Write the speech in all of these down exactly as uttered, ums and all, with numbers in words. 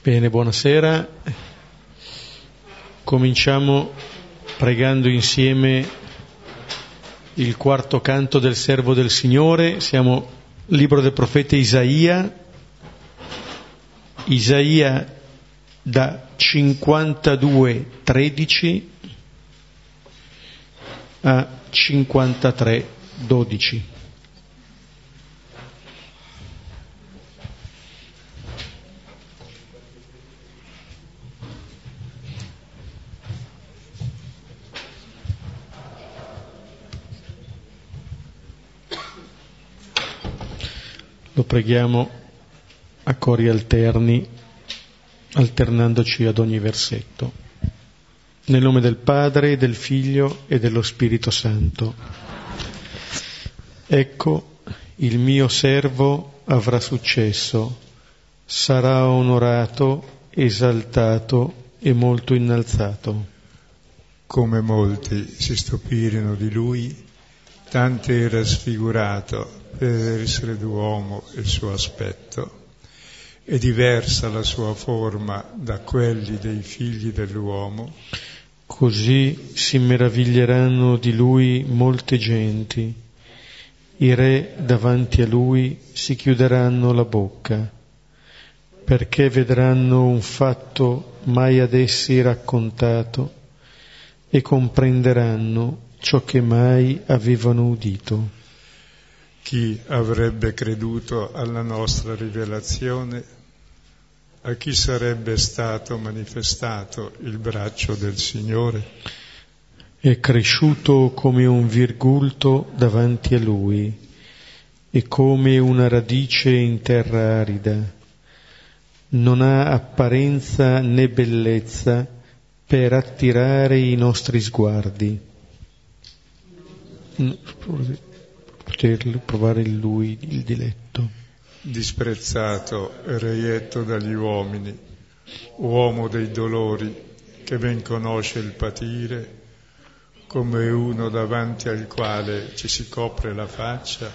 Bene, buonasera. Cominciamo pregando insieme il quarto canto del servo del Signore. Siamo libro del profeta Isaia, Isaia da cinquantadue tredici a cinquantatré dodici. Lo preghiamo a cori alterni, alternandoci ad ogni versetto. Nel nome del Padre, del Figlio e dello Spirito Santo. Ecco, il mio servo avrà successo, sarà onorato, esaltato e molto innalzato. Come molti si stupirono di lui, tanto era sfigurato per essere d'uomo il suo aspetto, è diversa la sua forma da quelli dei figli dell'uomo. Così si meraviglieranno di lui molte genti, i re davanti a lui si chiuderanno la bocca, perché vedranno un fatto mai ad essi raccontato e comprenderanno ciò che mai avevano udito. Chi avrebbe creduto alla nostra rivelazione? A chi sarebbe stato manifestato il braccio del Signore? È cresciuto come un virgulto davanti a lui e come una radice in terra arida. Non ha apparenza né bellezza per attirare i nostri sguardi. Poter provare in lui il diletto. Disprezzato e reietto dagli uomini, uomo dei dolori, che ben conosce il patire, come uno davanti al quale ci si copre la faccia,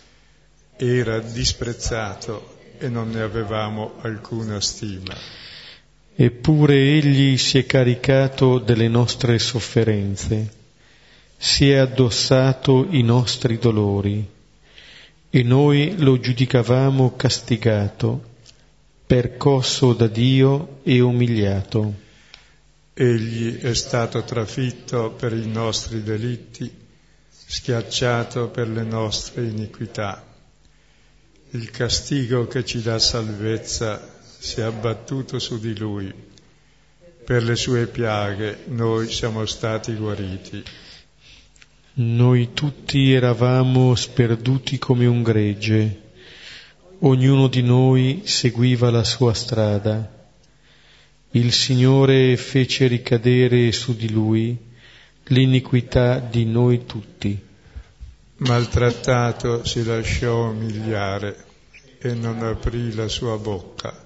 era disprezzato e non ne avevamo alcuna stima. Eppure egli si è caricato delle nostre sofferenze, si è addossato i nostri dolori, e noi lo giudicavamo castigato, percosso da Dio e umiliato. Egli è stato trafitto per i nostri delitti, schiacciato per le nostre iniquità. Il castigo che ci dà salvezza si è abbattuto su di lui. Per le sue piaghe noi siamo stati guariti. Noi tutti eravamo sperduti come un gregge, ognuno di noi seguiva la sua strada. Il Signore fece ricadere su di lui l'iniquità di noi tutti. Maltrattato si lasciò umiliare e non aprì la sua bocca.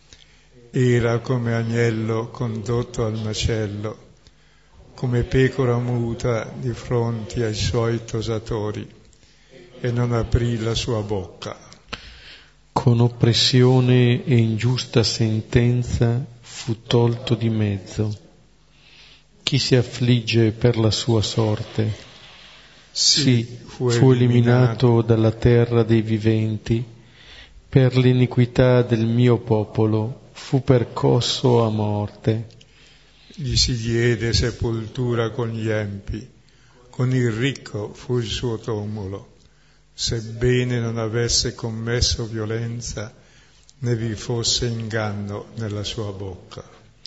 Era come agnello condotto al macello, come pecora muta di fronte ai suoi tosatori, e non aprì la sua bocca. Con oppressione e ingiusta sentenza fu tolto di mezzo. Chi si affligge per la sua sorte? Sì, fu, fu eliminato dalla terra dei viventi. Per l'iniquità del mio popolo fu percosso a morte. Gli si diede sepoltura con gli empi, con il ricco fu il suo tumulo, sebbene non avesse commesso violenza né vi fosse inganno nella sua bocca.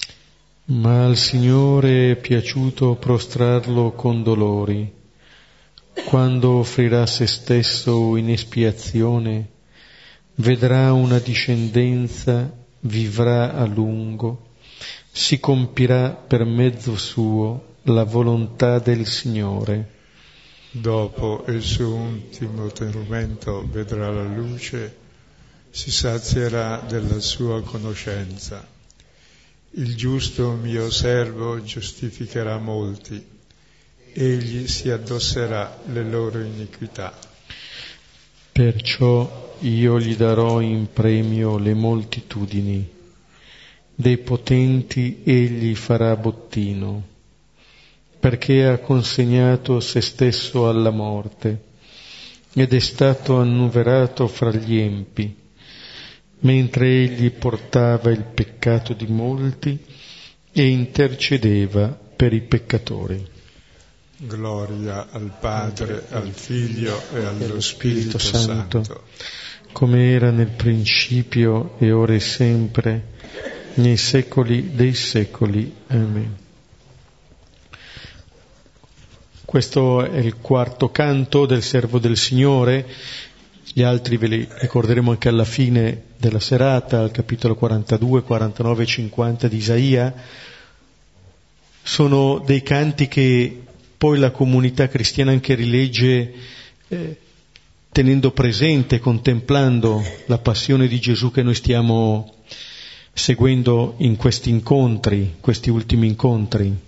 Ma al Signore è piaciuto prostrarlo con dolori. Quando offrirà se stesso in espiazione, vedrà una discendenza, vivrà a lungo. Si compirà per mezzo suo la volontà del Signore. Dopo il suo ultimo tormento vedrà la luce, si sazierà della sua conoscenza. Il giusto mio servo giustificherà molti, egli si addosserà le loro iniquità. Perciò io gli darò in premio le moltitudini. dei potenti egli farà bottino, perché ha consegnato se stesso alla morte ed è stato annoverato fra gli empi, mentre egli portava il peccato di molti e intercedeva per i peccatori. Gloria al Padre, al Figlio e allo Spirito, Spirito Santo, Santo, come era nel principio e ora e sempre, nei secoli dei secoli. Amen. Questo è il quarto canto del servo del Signore. Gli altri ve li ricorderemo anche alla fine della serata, al capitolo quarantadue, quarantanove e cinquanta di Isaia. Sono dei canti che poi la comunità cristiana anche rilegge eh, tenendo presente, contemplando la passione di Gesù che noi stiamo seguendo in questi incontri, questi ultimi incontri.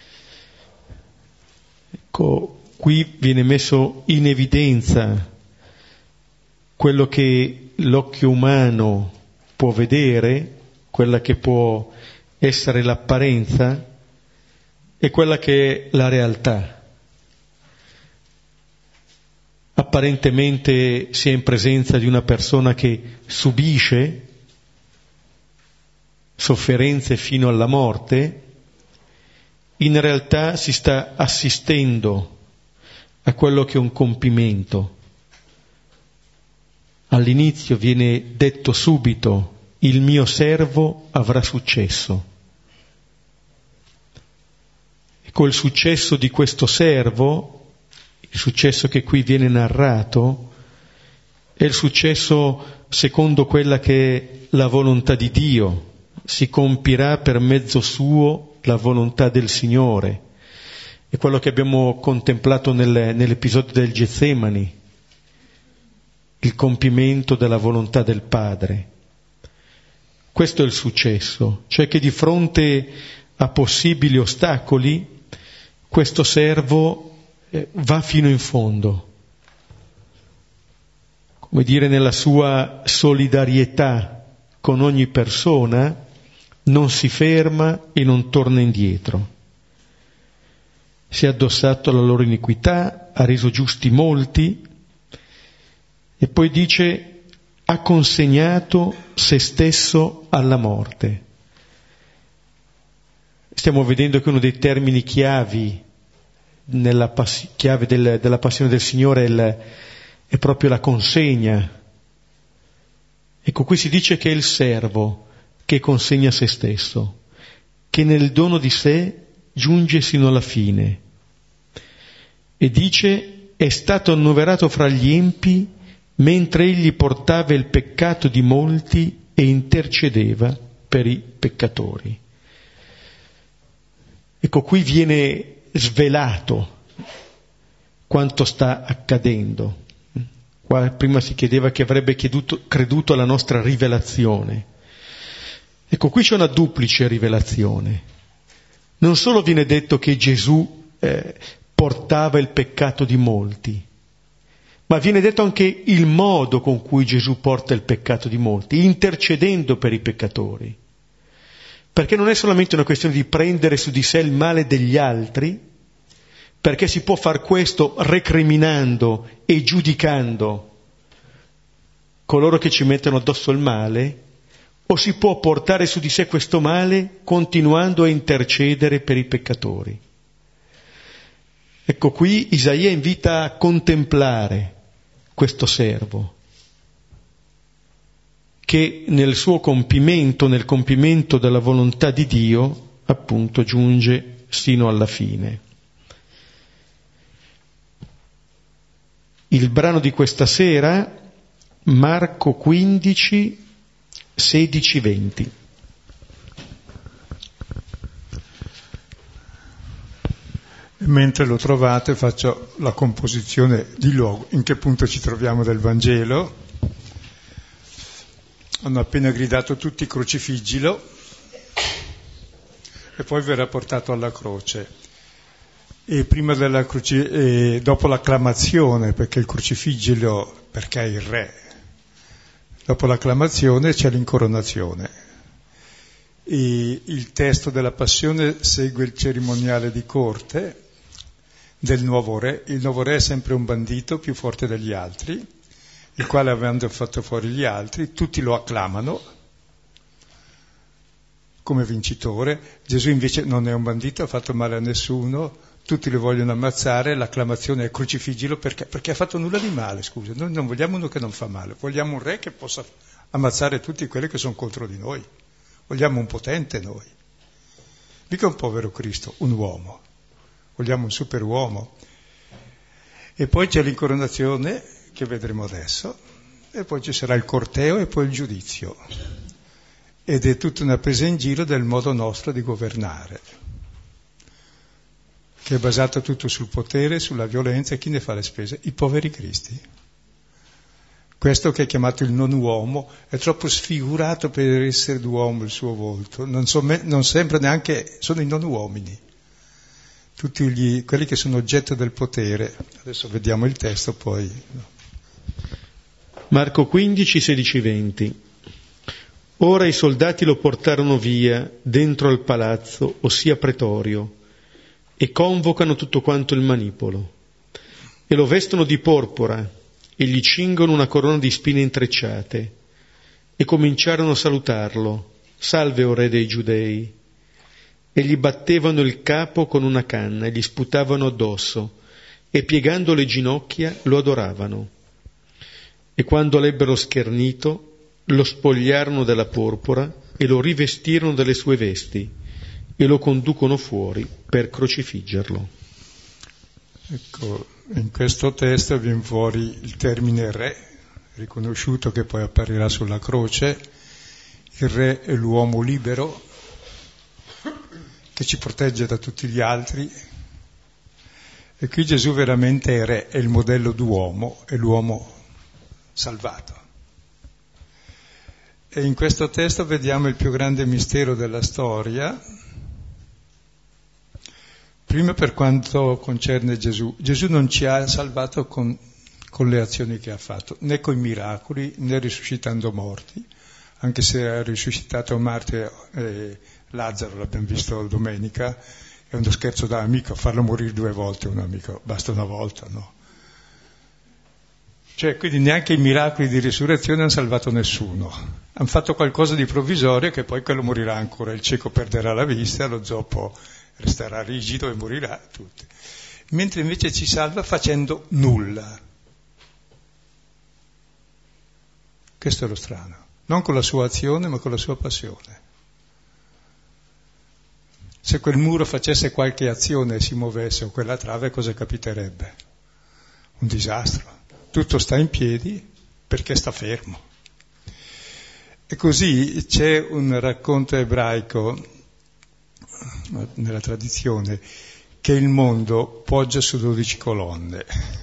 Ecco, qui viene messo in evidenza quello che l'occhio umano può vedere, quella che può essere l'apparenza e quella che è la realtà. Apparentemente si è in presenza di una persona che subisce sofferenze fino alla morte, in realtà si sta assistendo a quello che è un compimento. All'inizio viene detto subito: il mio servo avrà successo. E col successo di questo servo, il successo che qui viene narrato, è il successo secondo quella che è la volontà di Dio. Si compirà per mezzo suo la volontà del Signore. È quello che abbiamo contemplato nel, nell'episodio del Getsemani, il compimento della volontà del Padre. Questo è il successo, cioè che di fronte a possibili ostacoli questo servo eh, va fino in fondo, come dire, nella sua solidarietà con ogni persona non si ferma e non torna indietro. Si è addossato alla loro iniquità, ha reso giusti molti e poi dice: ha consegnato se stesso alla morte. Stiamo vedendo che uno dei termini chiavi nella pass- chiave del, della passione del Signore è, il, è proprio la consegna. Ecco, qui si dice che è il servo che consegna se stesso, che nel dono di sé giunge sino alla fine. E dice: è stato annoverato fra gli empi, mentre egli portava il peccato di molti e intercedeva per i peccatori. Ecco, qui viene svelato quanto sta accadendo. Qua prima si chiedeva chi avrebbe chieduto, creduto alla nostra rivelazione. Ecco, qui c'è una duplice rivelazione. Non solo viene detto che Gesù eh, portava il peccato di molti, ma viene detto anche il modo con cui Gesù porta il peccato di molti, intercedendo per i peccatori. Perché non è solamente una questione di prendere su di sé il male degli altri, perché si può far questo recriminando e giudicando coloro che ci mettono addosso il male, o si può portare su di sé questo male continuando a intercedere per i peccatori. Ecco, qui Isaia invita a contemplare questo servo che nel suo compimento, nel compimento della volontà di Dio, appunto giunge sino alla fine. Il brano di questa sera, Marco quindici, sedici venti. Mentre lo trovate faccio la composizione di luogo, in che punto ci troviamo del Vangelo. Hanno appena gridato tutti crocifiggilo e poi verrà portato alla croce. E prima della croce, e dopo l'acclamazione, perché il crocifiggilo, perché è il re, dopo l'acclamazione c'è l'incoronazione. E il testo della Passione segue il cerimoniale di corte del nuovo re. Il nuovo re è sempre un bandito più forte degli altri, il quale, avendo fatto fuori gli altri, tutti lo acclamano come vincitore. Gesù invece non è un bandito, ha fatto male a nessuno, tutti lo vogliono ammazzare, l'acclamazione è crucifiggilo perché, perché ha fatto nulla di male, scusa. Noi non vogliamo uno che non fa male, vogliamo un re che possa ammazzare tutti quelli che sono contro di noi. Vogliamo un potente noi, mica un povero Cristo, un uomo, vogliamo un superuomo. E poi c'è l'incoronazione, che vedremo adesso, e poi ci sarà il corteo e poi il giudizio. Ed è tutta una presa in giro del modo nostro di governare, che è basato tutto sul potere, sulla violenza, e chi ne fa le spese? I poveri cristi. Questo che è chiamato il non uomo è troppo sfigurato per essere d'uomo il suo volto, non, so, non sembra neanche, sono i non uomini, tutti gli, quelli che sono oggetto del potere. Adesso vediamo il testo poi. Marco quindici, sedici, venti. Ora i soldati lo portarono via dentro al palazzo, ossia pretorio, e convocano tutto quanto il manipolo, e lo vestono di porpora, e gli cingono una corona di spine intrecciate, e cominciarono a salutarlo, salve o re dei giudei, e gli battevano il capo con una canna, e gli sputavano addosso, e piegando le ginocchia lo adoravano. E quando l'ebbero schernito, lo spogliarono della porpora, e lo rivestirono delle sue vesti, e lo conducono fuori per crocifiggerlo. Ecco, in questo testo viene fuori il termine re, riconosciuto, che poi apparirà sulla croce. Il re è l'uomo libero che ci protegge da tutti gli altri, e qui Gesù veramente è re, è il modello d'uomo, è l'uomo salvato. E in questo testo vediamo il più grande mistero della storia. Prima, per quanto concerne Gesù, Gesù non ci ha salvato con, con le azioni che ha fatto, né con i miracoli, né risuscitando morti, anche se ha risuscitato Marte e Lazzaro, l'abbiamo visto domenica, è uno scherzo da amico, farlo morire due volte un amico, basta una volta, no? Cioè, quindi neanche i miracoli di risurrezione hanno salvato nessuno, hanno fatto qualcosa di provvisorio che poi quello morirà ancora, il cieco perderà la vista, lo zoppo resterà rigido e morirà tutti. Mentre invece ci salva facendo nulla. Questo è lo strano. Non con la sua azione, ma con la sua passione. Se quel muro facesse qualche azione e si muovesse, o quella trave, cosa capiterebbe? Un disastro. Tutto sta in piedi perché sta fermo. E così c'è un racconto ebraico nella tradizione che il mondo poggia su dodici colonne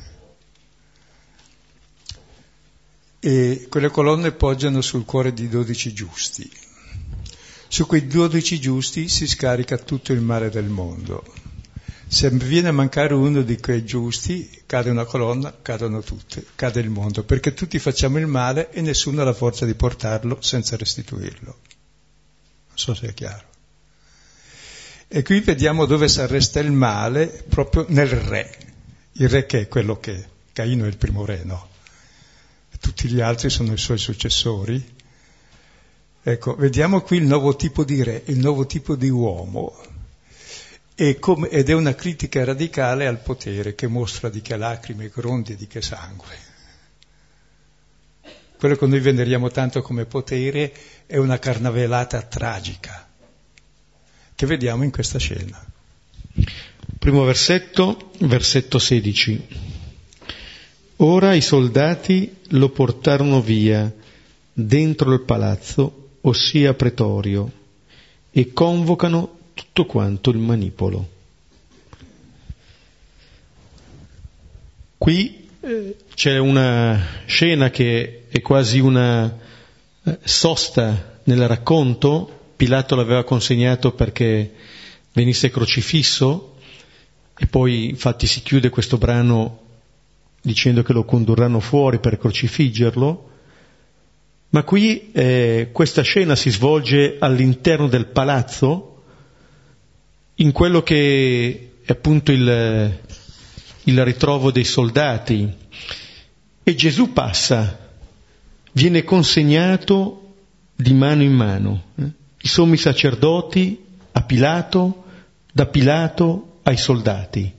e quelle colonne poggiano sul cuore di dodici giusti. Su quei dodici giusti si scarica tutto il male del mondo. Se viene a mancare uno di quei giusti, cade una colonna, cadono tutte, cade il mondo, perché tutti facciamo il male e nessuno ha la forza di portarlo senza restituirlo. Non so se è chiaro. E qui vediamo dove si arresta il male, proprio nel re. Il re che è quello che è. Caino è il primo re, no? E tutti gli altri sono i suoi successori. Ecco, vediamo qui il nuovo tipo di re, il nuovo tipo di uomo, e come, ed è una critica radicale al potere che mostra di che lacrime, grondi e di che sangue. Quello che noi veneriamo tanto come potere è una carnavelata tragica, che vediamo in questa scena. Primo versetto, versetto sedici. Ora i soldati lo portarono via dentro il palazzo, ossia pretorio, e convocano tutto quanto il manipolo. Qui eh, c'è una scena che è quasi una eh, sosta nel racconto. Pilato l'aveva consegnato perché venisse crocifisso, e poi infatti si chiude questo brano dicendo che lo condurranno fuori per crocifiggerlo, Ma qui eh, questa scena si svolge all'interno del palazzo, in quello che è appunto il, il ritrovo dei soldati, e Gesù passa, viene consegnato di mano in mano, eh? I sommi sacerdoti a Pilato, da Pilato ai soldati.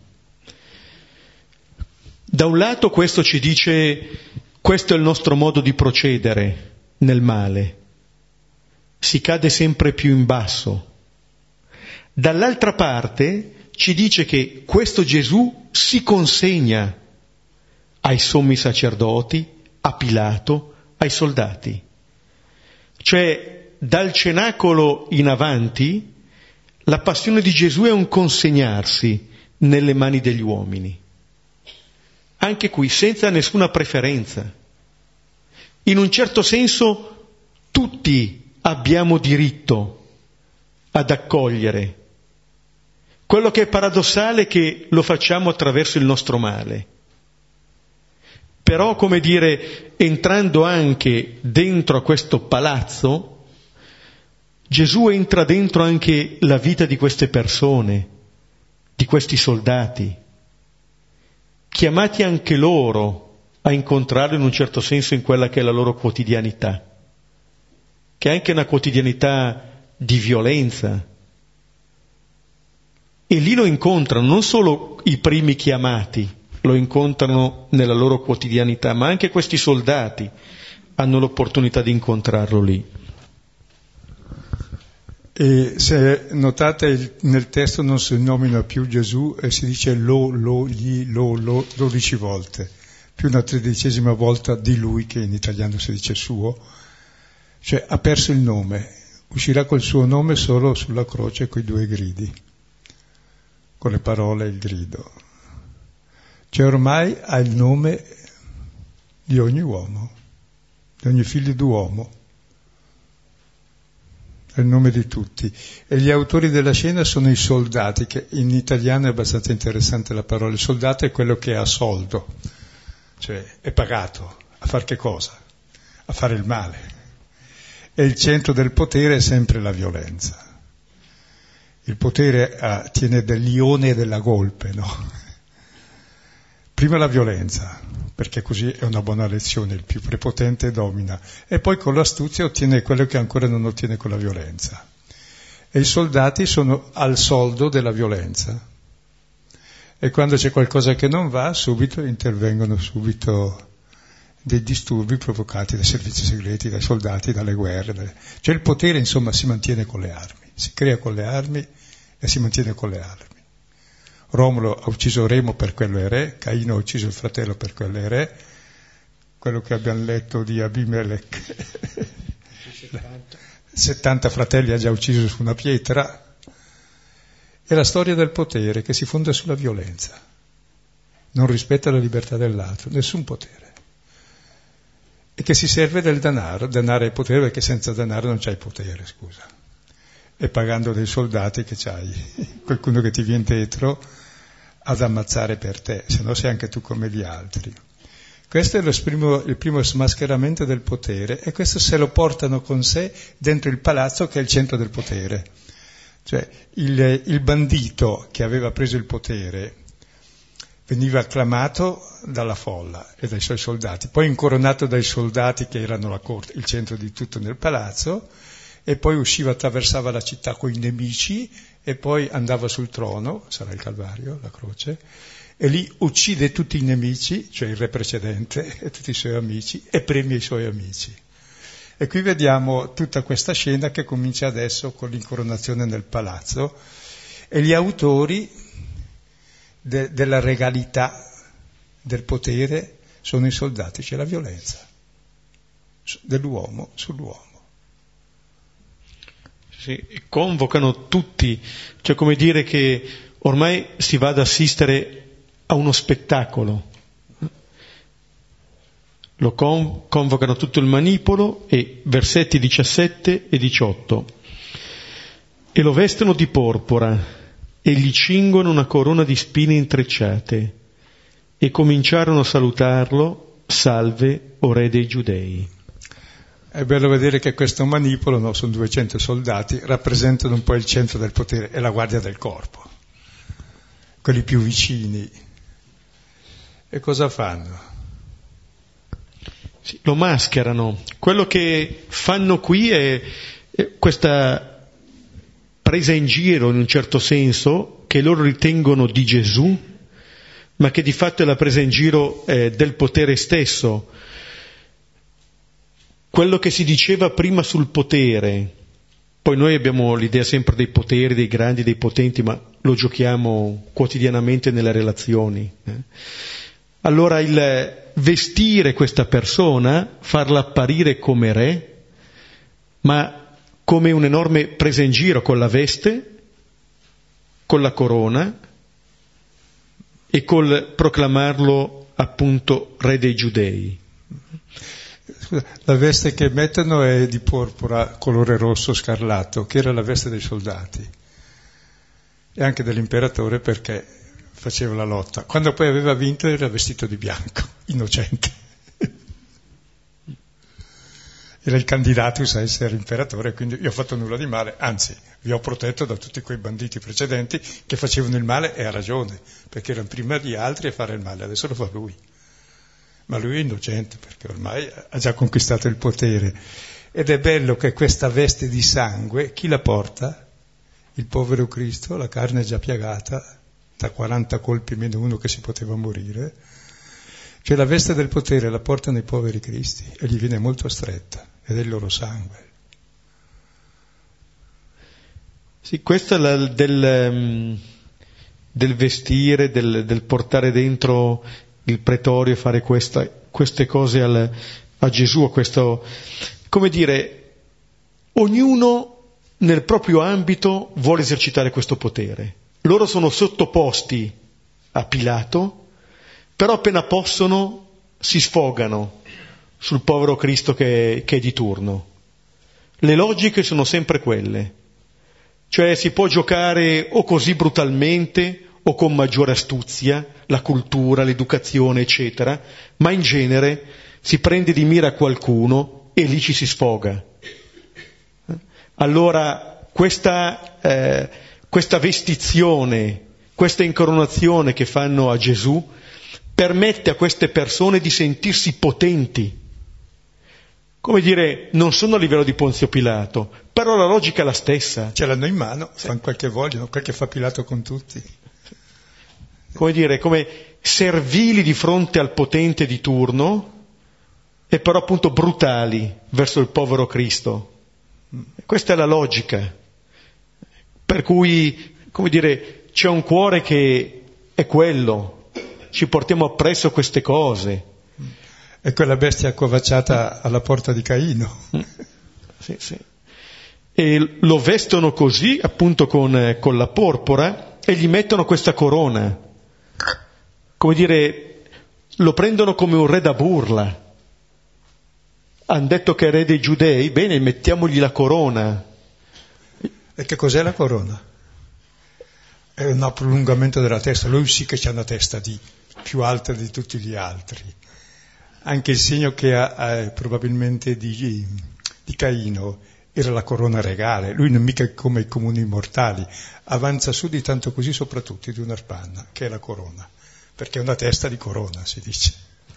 Da un lato questo ci dice: questo è il nostro modo di procedere nel male, si cade sempre più in basso. Dall'altra parte ci dice che questo Gesù si consegna ai sommi sacerdoti, a Pilato, ai soldati. Cioè, dal cenacolo in avanti, la passione di Gesù è un consegnarsi nelle mani degli uomini. Anche qui senza nessuna preferenza. In un certo senso tutti abbiamo diritto ad accogliere. Quello che è paradossale è che lo facciamo attraverso il nostro male. Però, come dire, entrando anche dentro a questo palazzo, Gesù entra dentro anche la vita di queste persone, di questi soldati, chiamati anche loro a incontrarlo in un certo senso in quella che è la loro quotidianità, che è anche una quotidianità di violenza. E lì lo incontrano non solo i primi chiamati, lo incontrano nella loro quotidianità, ma anche questi soldati hanno l'opportunità di incontrarlo lì. E se notate, nel testo non si nomina più Gesù e si dice lo, lo, gli, lo, lo, dodici volte, più una tredicesima volta di lui, che in italiano si dice suo, cioè ha perso il nome, uscirà col suo nome solo sulla croce coi due gridi, con le parole e il grido. Cioè ormai ha il nome di ogni uomo, di ogni figlio d'uomo. È il nome di tutti. E gli autori della scena sono i soldati, che in italiano è abbastanza interessante la parola. Il soldato è quello che ha soldo, cioè è pagato a far che cosa? A fare il male. E il centro del potere è sempre la violenza. Il potere ah, tiene del lione e della golpe, no? Prima la violenza, perché così è una buona lezione, il più prepotente domina, e poi con l'astuzia ottiene quello che ancora non ottiene con la violenza. E i soldati sono al soldo della violenza. E quando c'è qualcosa che non va, subito intervengono subito dei disturbi provocati dai servizi segreti, dai soldati, dalle guerre. Dalle... Cioè il potere, insomma, si mantiene con le armi, si crea con le armi e si mantiene con le armi. Romolo ha ucciso Remo per quello è re, Caino ha ucciso il fratello per quello è re, quello che abbiamo letto di Abimelech, settanta fratelli ha già ucciso su una pietra. È la storia del potere che si fonda sulla violenza, non rispetta la libertà dell'altro, nessun potere, e che si serve del denaro. Denaro è potere, perché senza denaro non c'hai potere, scusa, e pagando dei soldati che c'hai qualcuno che ti viene dietro ad ammazzare per te, se no sei anche tu come gli altri. Questo è lo primo, il primo smascheramento del potere, e questo se lo portano con sé dentro il palazzo, che è il centro del potere. Cioè il, il bandito che aveva preso il potere veniva acclamato dalla folla e dai suoi soldati, poi incoronato dai soldati che erano la corte, il centro di tutto nel palazzo, e poi usciva, attraversava la città con i nemici e poi andava sul trono, sarà il Calvario, la croce, e lì uccide tutti i nemici, cioè il re precedente e tutti i suoi amici, e premia i suoi amici. E qui vediamo tutta questa scena che comincia adesso con l'incoronazione nel palazzo, e gli autori de- della regalità del potere sono i soldati, c'è la violenza dell'uomo sull'uomo. Sì, convocano tutti, cioè come dire che ormai si va ad assistere a uno spettacolo. Lo con, convocano tutto il manipolo, e versetti diciassette e diciotto. E lo vestono di porpora e gli cingono una corona di spine intrecciate e cominciarono a salutarlo: salve, o re dei Giudei. È bello vedere che questo manipolo, no, sono duecento soldati, rappresentano un po' il centro del potere e la guardia del corpo, quelli più vicini. E cosa fanno? Sì, lo mascherano. Quello che fanno qui è, è questa presa in giro, in un certo senso, che loro ritengono di Gesù, ma che di fatto è la presa in giro eh, del potere stesso. Quello che si diceva prima sul potere, poi noi abbiamo l'idea sempre dei poteri, dei grandi, dei potenti, ma lo giochiamo quotidianamente nelle relazioni. Eh? Allora il vestire questa persona, farla apparire come re, ma come un'enorme presa in giro con la veste, con la corona e col proclamarlo appunto re dei giudei. La veste che mettono è di porpora colore rosso scarlatto, che era la veste dei soldati e anche dell'imperatore, perché faceva la lotta. Quando poi aveva vinto era vestito di bianco, innocente. Era il candidato a essere imperatore, quindi io ho fatto nulla di male, anzi vi ho protetto da tutti quei banditi precedenti che facevano il male, e ha ragione, perché erano prima di altri a fare il male, adesso lo fa lui. Ma lui è innocente perché ormai ha già conquistato il potere. Ed è bello che questa veste di sangue, chi la porta? Il povero Cristo, la carne è già piagata, da quaranta colpi meno uno che si poteva morire. Cioè la veste del potere la portano i poveri cristi e gli viene molto stretta, ed è il loro sangue. Sì, questo è la, del, del vestire, del, del portare dentro il pretorio, fare questa, queste cose al, a Gesù, a questo, come dire, ognuno nel proprio ambito vuole esercitare questo potere. Loro sono sottoposti a Pilato, però appena possono si sfogano sul povero Cristo che, che è di turno. Le logiche sono sempre quelle, cioè si può giocare o così brutalmente o con maggiore astuzia, la cultura, l'educazione, eccetera, ma in genere si prende di mira qualcuno e lì ci si sfoga. Allora questa, eh, questa vestizione, questa incoronazione che fanno a Gesù permette a queste persone di sentirsi potenti. Come dire, non sono a livello di Ponzio Pilato, però la logica è la stessa. Ce l'hanno in mano, sì. Fanno quel che vogliono, quel che fa Pilato con tutti. Come dire, come servili di fronte al potente di turno, e però appunto brutali verso il povero Cristo. Questa è la logica. Per cui, come dire, c'è un cuore che è quello, ci portiamo appresso queste cose. È quella bestia accovacciata alla porta di Caino. Sì, sì. E lo vestono così, appunto con, con la porpora, e gli mettono questa corona. Come dire, lo prendono come un re da burla. Han detto che è re dei giudei, bene, mettiamogli la corona. E che cos'è la corona? È un prolungamento della testa. Lui sì che c'ha una testa di, più alta di tutti gli altri. Anche il segno che ha, ha probabilmente di, di Caino era la corona regale. Lui non mica come i comuni mortali, avanza su di tanto così sopra tutti di una spanna, che è la corona, perché è una testa di corona, si dice.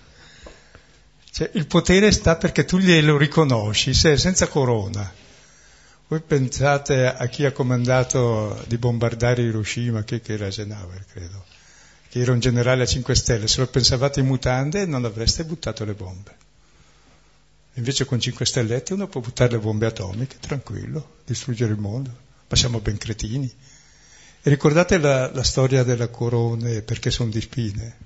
Cioè, il potere sta perché tu glielo riconosci, se senza corona. Voi pensate a chi ha comandato di bombardare Hiroshima, che, che era Eisenhower, credo, che era un generale a cinque stelle, se lo pensavate in mutande non avreste buttato le bombe. Invece con cinque stellette uno può buttare le bombe atomiche, tranquillo, distruggere il mondo, ma siamo ben cretini. E ricordate la, la storia della corona, perché sono di spine?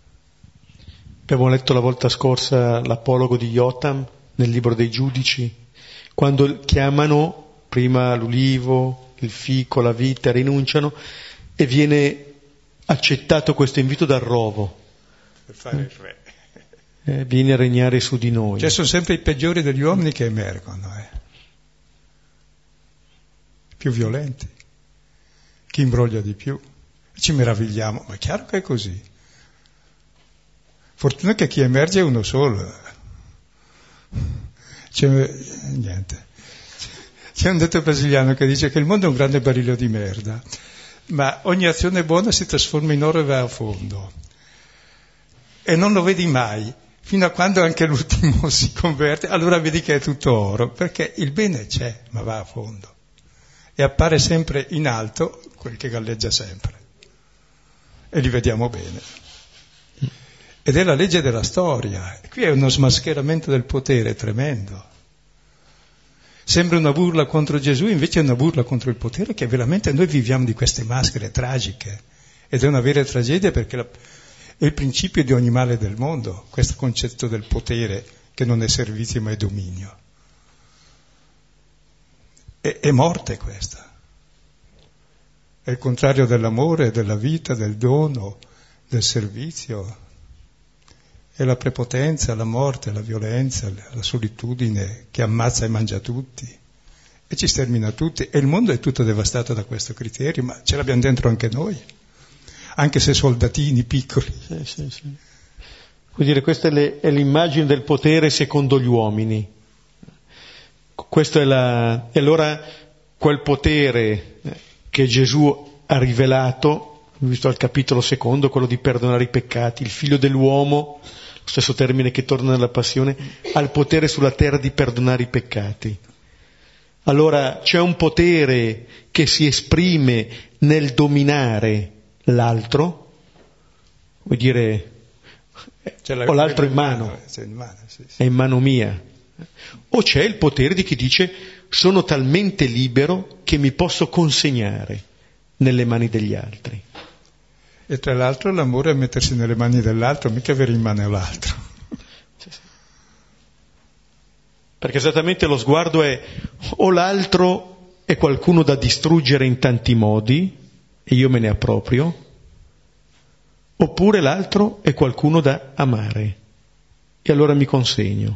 Abbiamo letto la volta scorsa l'apologo di Jotam nel libro dei Giudici, quando chiamano prima l'ulivo, il fico, la vite, rinunciano, e viene accettato questo invito dal rovo. Per fare il re. Eh, vieni a regnare su di noi. Cioè sono sempre i peggiori degli uomini che emergono, eh. Più violenti, chi imbroglia di più. Ci meravigliamo, ma è chiaro che è così. Fortuna che chi emerge è uno solo. C'è, niente. C'è un detto brasiliano che dice che il mondo è un grande barile di merda, ma ogni azione buona si trasforma in oro e va a fondo. E non lo vedi mai, fino a quando anche l'ultimo si converte, allora vedi che è tutto oro, perché il bene c'è, ma va a fondo. E appare sempre in alto quel che galleggia sempre. E li vediamo bene. Ed è la legge della storia. Qui è uno smascheramento del potere tremendo. Sembra una burla contro Gesù, invece è una burla contro il potere, che veramente noi viviamo di queste maschere tragiche. Ed è una vera tragedia, perché la, è il principio di ogni male del mondo, questo concetto del potere, che non è servizio ma è dominio. È, è morte questa. È il contrario dell'amore, della vita, del dono, del servizio. È la prepotenza, la morte, la violenza, la solitudine che ammazza e mangia tutti e ci stermina tutti. E il mondo è tutto devastato da questo criterio, ma ce l'abbiamo dentro anche noi, anche se soldatini piccoli. Sì, sì, sì. Vuol dire, questa è, le, è l'immagine del potere secondo gli uomini. Questo è la, e allora quel potere che Gesù ha rivelato, visto al capitolo secondo, quello di perdonare i peccati, il figlio dell'uomo, lo stesso termine che torna nella passione, ha il potere sulla terra di perdonare i peccati. Allora c'è un potere che si esprime nel dominare l'altro, vuol dire, cioè, ho l'altro in mano, in mano sì, sì. È in mano mia. O c'è il potere di chi dice sono talmente libero che mi posso consegnare nelle mani degli altri. E tra l'altro l'amore è mettersi nelle mani dell'altro, mica avere in mano l'altro. Sì, sì. Perché esattamente lo sguardo è o l'altro è qualcuno da distruggere in tanti modi e io me ne approprio, oppure l'altro è qualcuno da amare e allora mi consegno.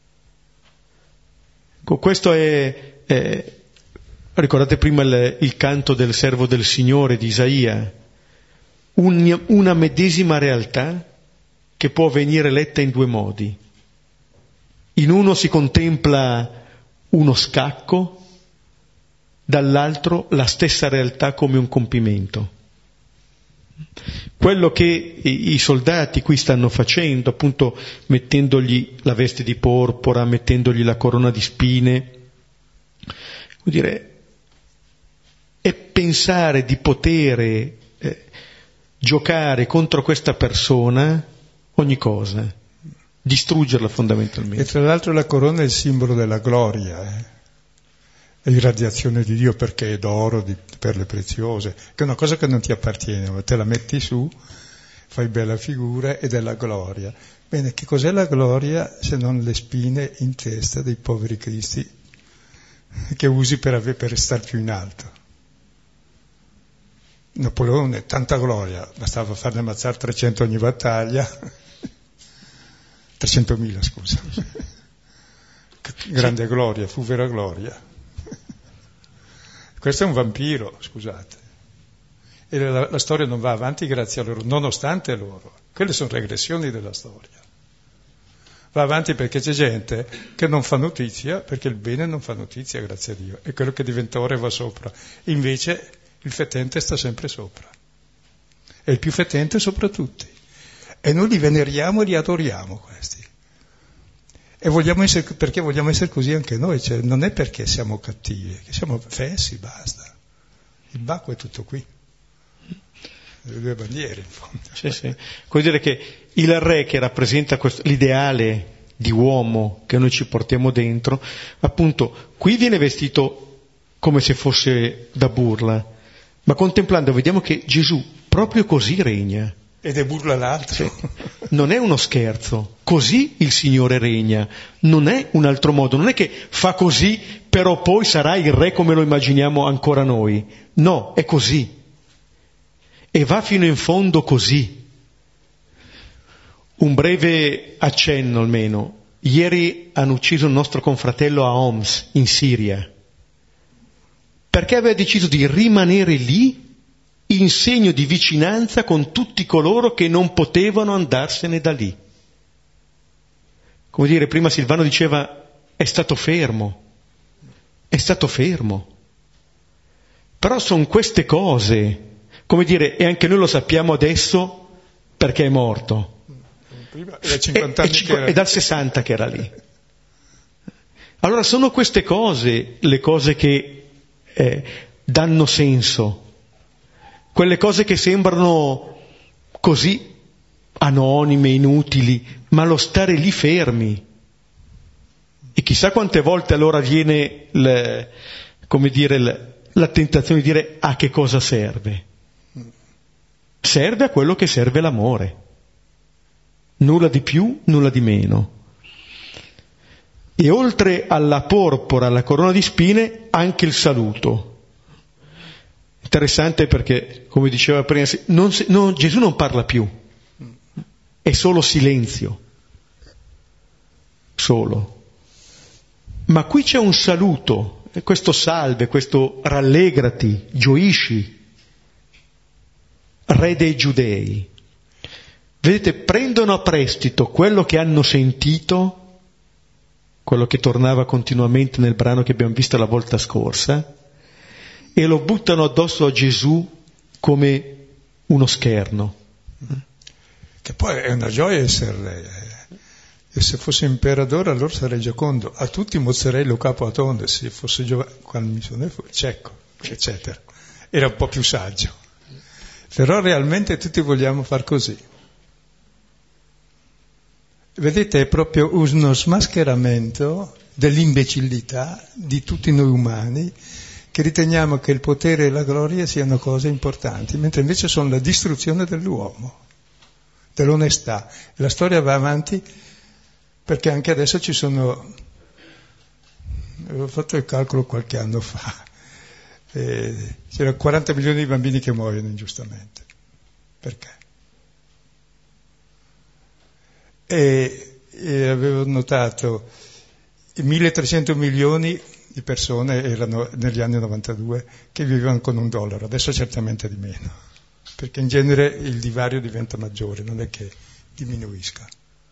Questo è, è ricordate prima il, il canto del servo del Signore di Isaia, un, una medesima realtà che può venire letta in due modi. In uno si contempla uno scacco, dall'altro la stessa realtà come un compimento. Quello che i, i soldati qui stanno facendo, appunto mettendogli la veste di porpora, mettendogli la corona di spine, vuol dire, è pensare di poter eh, giocare contro questa persona ogni cosa, distruggerla fondamentalmente. E tra l'altro la corona è il simbolo della gloria, eh? È irradiazione di Dio, perché è d'oro, di perle preziose, che è una cosa che non ti appartiene, ma te la metti su, fai bella figura ed è la gloria. Bene, che cos'è la gloria se non le spine in testa dei poveri cristi che usi per, ave- per star più in alto? Napoleone, tanta gloria, bastava farne ammazzare trecento ogni battaglia, trecentomila scusa, grande gloria, fu vera gloria. Questo è un vampiro, scusate. E la, la storia non va avanti grazie a loro, nonostante loro. Quelle sono regressioni della storia. Va avanti perché c'è gente che non fa notizia, perché il bene non fa notizia, grazie a Dio. E quello che diventa ore va sopra. Invece il fetente sta sempre sopra. È il più fetente sopra tutti. E noi li veneriamo e li adoriamo questi. E vogliamo essere, perché vogliamo essere così anche noi, cioè non è perché siamo cattivi, che siamo fessi, basta. Il Bacco è tutto qui. Le due bandiere, in fondo. Sì, sì. Vuol dire che il re che rappresenta questo, l'ideale di uomo che noi ci portiamo dentro, appunto, qui viene vestito come se fosse da burla, ma contemplando vediamo che Gesù proprio così regna. Ed è burla l'altro. Sì. Non è uno scherzo, così il Signore regna, non è un altro modo, non è che fa così però poi sarà il re come lo immaginiamo ancora noi, no, è così e va fino in fondo così. Un breve accenno almeno, ieri hanno ucciso il nostro confratello a Homs in Siria, perché aveva deciso di rimanere lì in segno di vicinanza con tutti coloro che non potevano andarsene da lì. Come dire, prima Silvano diceva, è è stato fermo, è stato fermo. Però sono queste cose, come dire, e anche noi lo sappiamo adesso perché è morto. Prima era cinquanta anni è, che era... è dal sessanta che era lì. Allora sono queste cose le cose che eh, danno senso, quelle cose che sembrano così anonime, inutili, ma lo stare lì fermi. E chissà quante volte allora viene, le, come dire, le, la tentazione di dire a che cosa serve. Serve a quello che serve l'amore. Nulla di più, nulla di meno. E oltre alla porpora, alla corona di spine, anche il saluto. Interessante perché, come diceva prima, non, non, Gesù non parla più, è solo silenzio. Solo. Ma qui c'è un saluto, questo salve, questo rallegrati, gioisci, re dei giudei. Vedete, prendono a prestito quello che hanno sentito, quello che tornava continuamente nel brano che abbiamo visto la volta scorsa, e lo buttano addosso a Gesù come uno scherno. Che poi è una gioia essere re. E se fosse imperatore allora sarei Giocondo, a tutti mozzarella capo a tonde, se fosse Giovanni, quando mi sono cieco, eccetera. Era un po' più saggio. Però realmente tutti vogliamo far così. Vedete, è proprio uno smascheramento dell'imbecillità di tutti noi umani che riteniamo che il potere e la gloria siano cose importanti, mentre invece sono la distruzione dell'uomo, dell'onestà. La storia va avanti perché anche adesso ci sono, avevo fatto il calcolo qualche anno fa, eh, c'erano quaranta milioni di bambini che muoiono ingiustamente. Perché? E, e avevo notato milletrecento milioni di persone erano negli anni novantadue che vivevano con un dollaro, adesso certamente di meno, perché in genere il divario diventa maggiore, non è che diminuisca.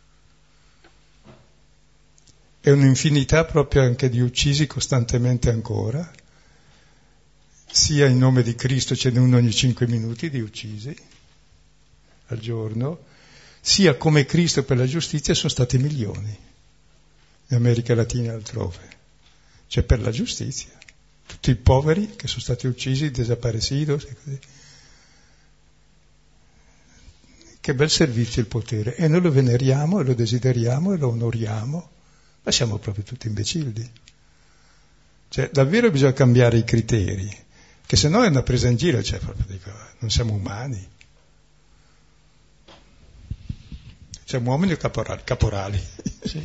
È un'infinità proprio anche di uccisi costantemente ancora, sia in nome di Cristo, ce n'è uno ogni cinque minuti di uccisi al giorno, sia come Cristo per la giustizia sono stati milioni in America Latina e altrove, cioè per la giustizia, tutti i poveri che sono stati uccisi, desaparecidos e così. Che bel servizio il potere, e noi lo veneriamo e lo desideriamo e lo onoriamo, ma siamo proprio tutti imbecilli. Cioè davvero bisogna cambiare i criteri, che se no è una presa in giro, cioè proprio dico, non siamo umani. Siamo uomini o caporali? Caporali. Sì.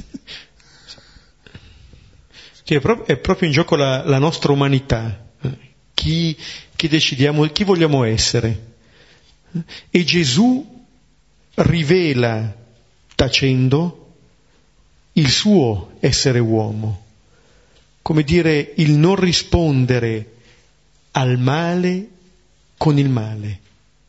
Sì, è, proprio, è proprio in gioco la, la nostra umanità, chi, chi decidiamo, chi vogliamo essere. E Gesù rivela, tacendo, il suo essere uomo, come dire il non rispondere al male con il male.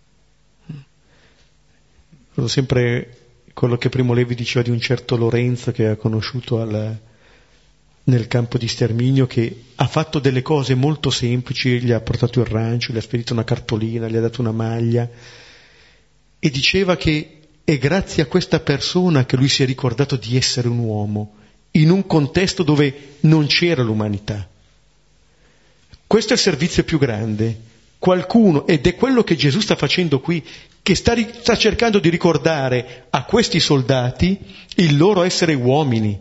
Ricordo sempre quello che Primo Levi diceva di un certo Lorenzo che ha conosciuto al, nel campo di sterminio, che ha fatto delle cose molto semplici, gli ha portato il rancio, gli ha spedito una cartolina, gli ha dato una maglia, e diceva che è grazie a questa persona che lui si è ricordato di essere un uomo, in un contesto dove non c'era l'umanità. Questo è il servizio più grande. Qualcuno, ed è quello che Gesù sta facendo qui, che sta, sta cercando di ricordare a questi soldati il loro essere uomini.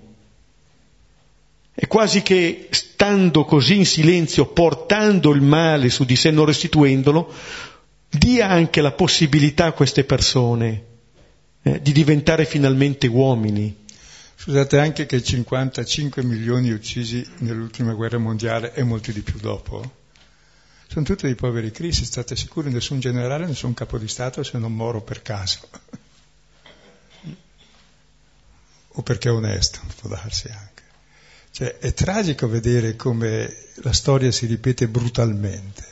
È quasi che, stando così in silenzio, portando il male su di sé, non restituendolo, dia anche la possibilità a queste persone eh, di diventare finalmente uomini. Scusate, anche che cinquantacinque milioni uccisi nell'ultima guerra mondiale e molti di più dopo, sono tutti dei poveri cristi, state sicuri, nessun generale, nessun capo di Stato, se non Moro per caso. O perché è onesto, può darsi anche. Cioè, è tragico vedere come la storia si ripete brutalmente.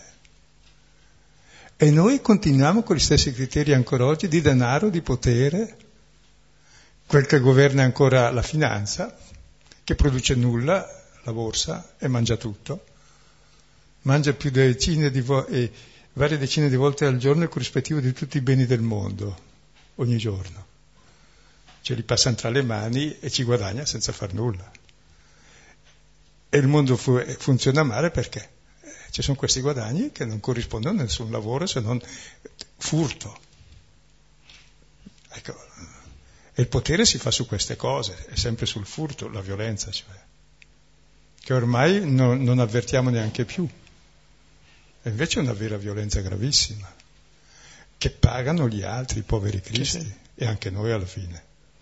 E noi continuiamo con gli stessi criteri ancora oggi di denaro, di potere, quel che governa ancora la finanza, che produce nulla, la borsa, e mangia tutto. Mangia più decine di vo- e varie decine di volte al giorno il corrispettivo di tutti i beni del mondo, ogni giorno. Ce li passa tra le mani e ci guadagna senza far nulla. E il mondo fu- funziona male perché ci sono questi guadagni che non corrispondono a nessun lavoro se non furto. Ecco. E il potere si fa su queste cose, è sempre sul furto, la violenza, cioè, che ormai no, non avvertiamo neanche più. E invece è una vera violenza gravissima, che pagano gli altri, i poveri cristi, sì, sì. E anche noi alla fine.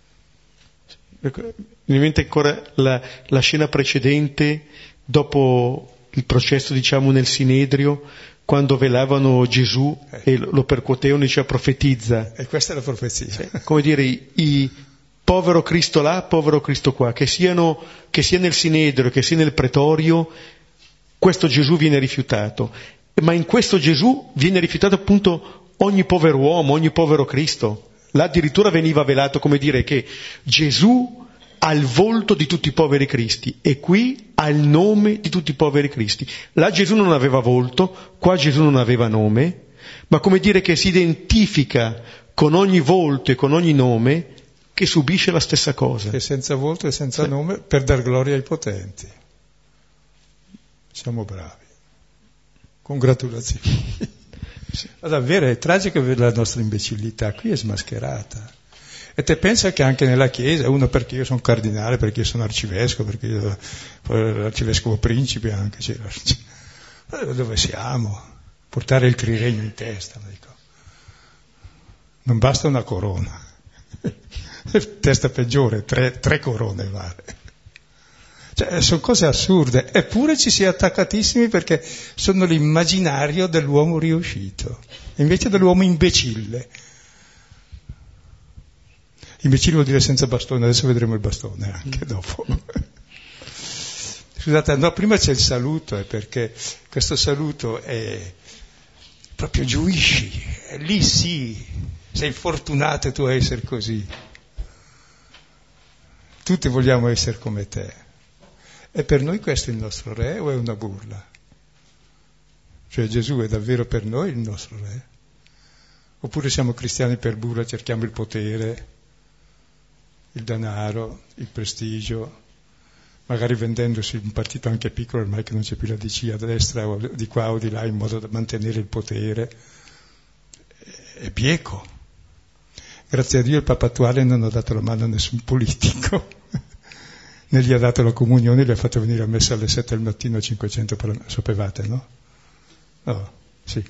Mi viene in mente ancora la, la scena precedente, dopo il processo, diciamo, nel Sinedrio, quando velavano Gesù eh. e lo percuotevano, diceva profetizza. E questa è la profezia. Sì, come dire, i, i povero Cristo là, povero Cristo qua, che siano, che sia nel Sinedrio, che sia nel Pretorio, questo Gesù viene rifiutato. Ma in questo Gesù viene rifiutato appunto ogni povero uomo, ogni povero Cristo. Là addirittura veniva velato, come dire, che Gesù ha il volto di tutti i poveri cristi e qui ha il nome di tutti i poveri cristi. Là Gesù non aveva volto, qua Gesù non aveva nome, ma come dire che si identifica con ogni volto e con ogni nome che subisce la stessa cosa. Che senza volto e senza sì. nome per dar gloria ai potenti. Siamo bravi. Congratulazioni. Sì. Davvero è tragico vedere la nostra imbecillità, qui è smascherata. E te pensa che anche nella Chiesa, uno perché io sono cardinale, perché io sono arcivescovo, perché io sono l'arcivescovo principe anche, c'era. Dove siamo? Portare il triregno in testa, dico. Non basta una corona. Testa peggiore, tre, tre corone vale. Cioè, sono cose assurde, eppure ci si è attaccatissimi perché sono l'immaginario dell'uomo riuscito, invece dell'uomo imbecille. Imbecille vuol dire senza bastone, adesso vedremo il bastone anche dopo. Scusate, no, prima c'è il saluto, è perché questo saluto è proprio giuisci, è lì sì, sei fortunato tu a essere così. Tutti vogliamo essere come te. E per noi questo è il nostro re o è una burla? Cioè Gesù è davvero per noi il nostro re? Oppure siamo cristiani per burla, cerchiamo il potere, il denaro, il prestigio, magari vendendosi un partito anche piccolo, ormai che non c'è più la D C a destra o di qua o di là, in modo da mantenere il potere. È bieco. Grazie a Dio il Papa attuale non ha dato la mano a nessun politico. Ne gli ha dato la comunione, gli ha fatto venire a messa alle sette del mattino a cinquecento per... Sapevate, no? No, sì.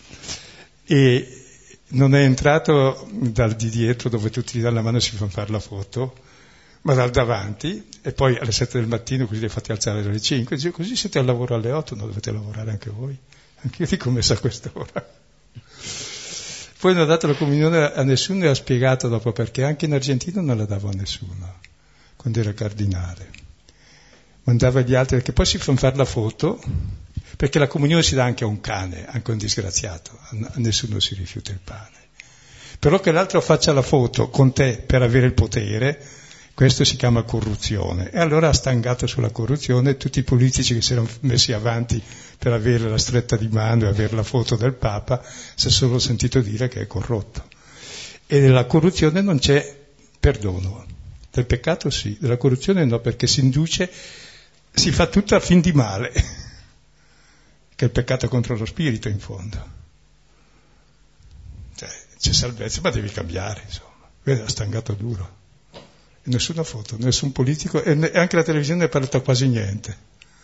E non è entrato dal di dietro dove tutti gli danno la mano e si fanno fare la foto, ma dal davanti, e poi alle sette del mattino così li ha fatti alzare alle cinque, dice, così siete al lavoro alle otto, non dovete lavorare anche voi? Anche io dico messa a quest'ora. Poi non ha dato la comunione a nessuno e ha spiegato dopo perché anche in Argentina non la dava a nessuno. Quando era cardinale, mandava gli altri, perché poi si fanno fare la foto, perché la comunione si dà anche a un cane, anche a un disgraziato, a nessuno si rifiuta il pane. Però che l'altro faccia la foto con te per avere il potere, questo si chiama corruzione. E allora ha stangato sulla corruzione tutti i politici che si erano messi avanti per avere la stretta di mano e avere la foto del Papa, si è solo sentito dire che è corrotto. E nella corruzione non c'è perdono. Del peccato sì, della corruzione no, perché si induce, si fa tutto a fin di male, che è il peccato contro lo spirito in fondo. Cioè, c'è salvezza, ma devi cambiare, insomma. Vedi, ha stangato duro. E nessuna foto, nessun politico, e anche la televisione ha parlato quasi niente.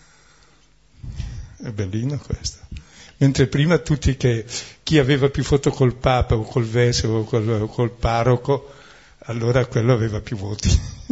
È bellino questo. Mentre prima tutti che, chi aveva più foto col Papa o col Vescovo o col, col parroco, allora quello aveva più voti.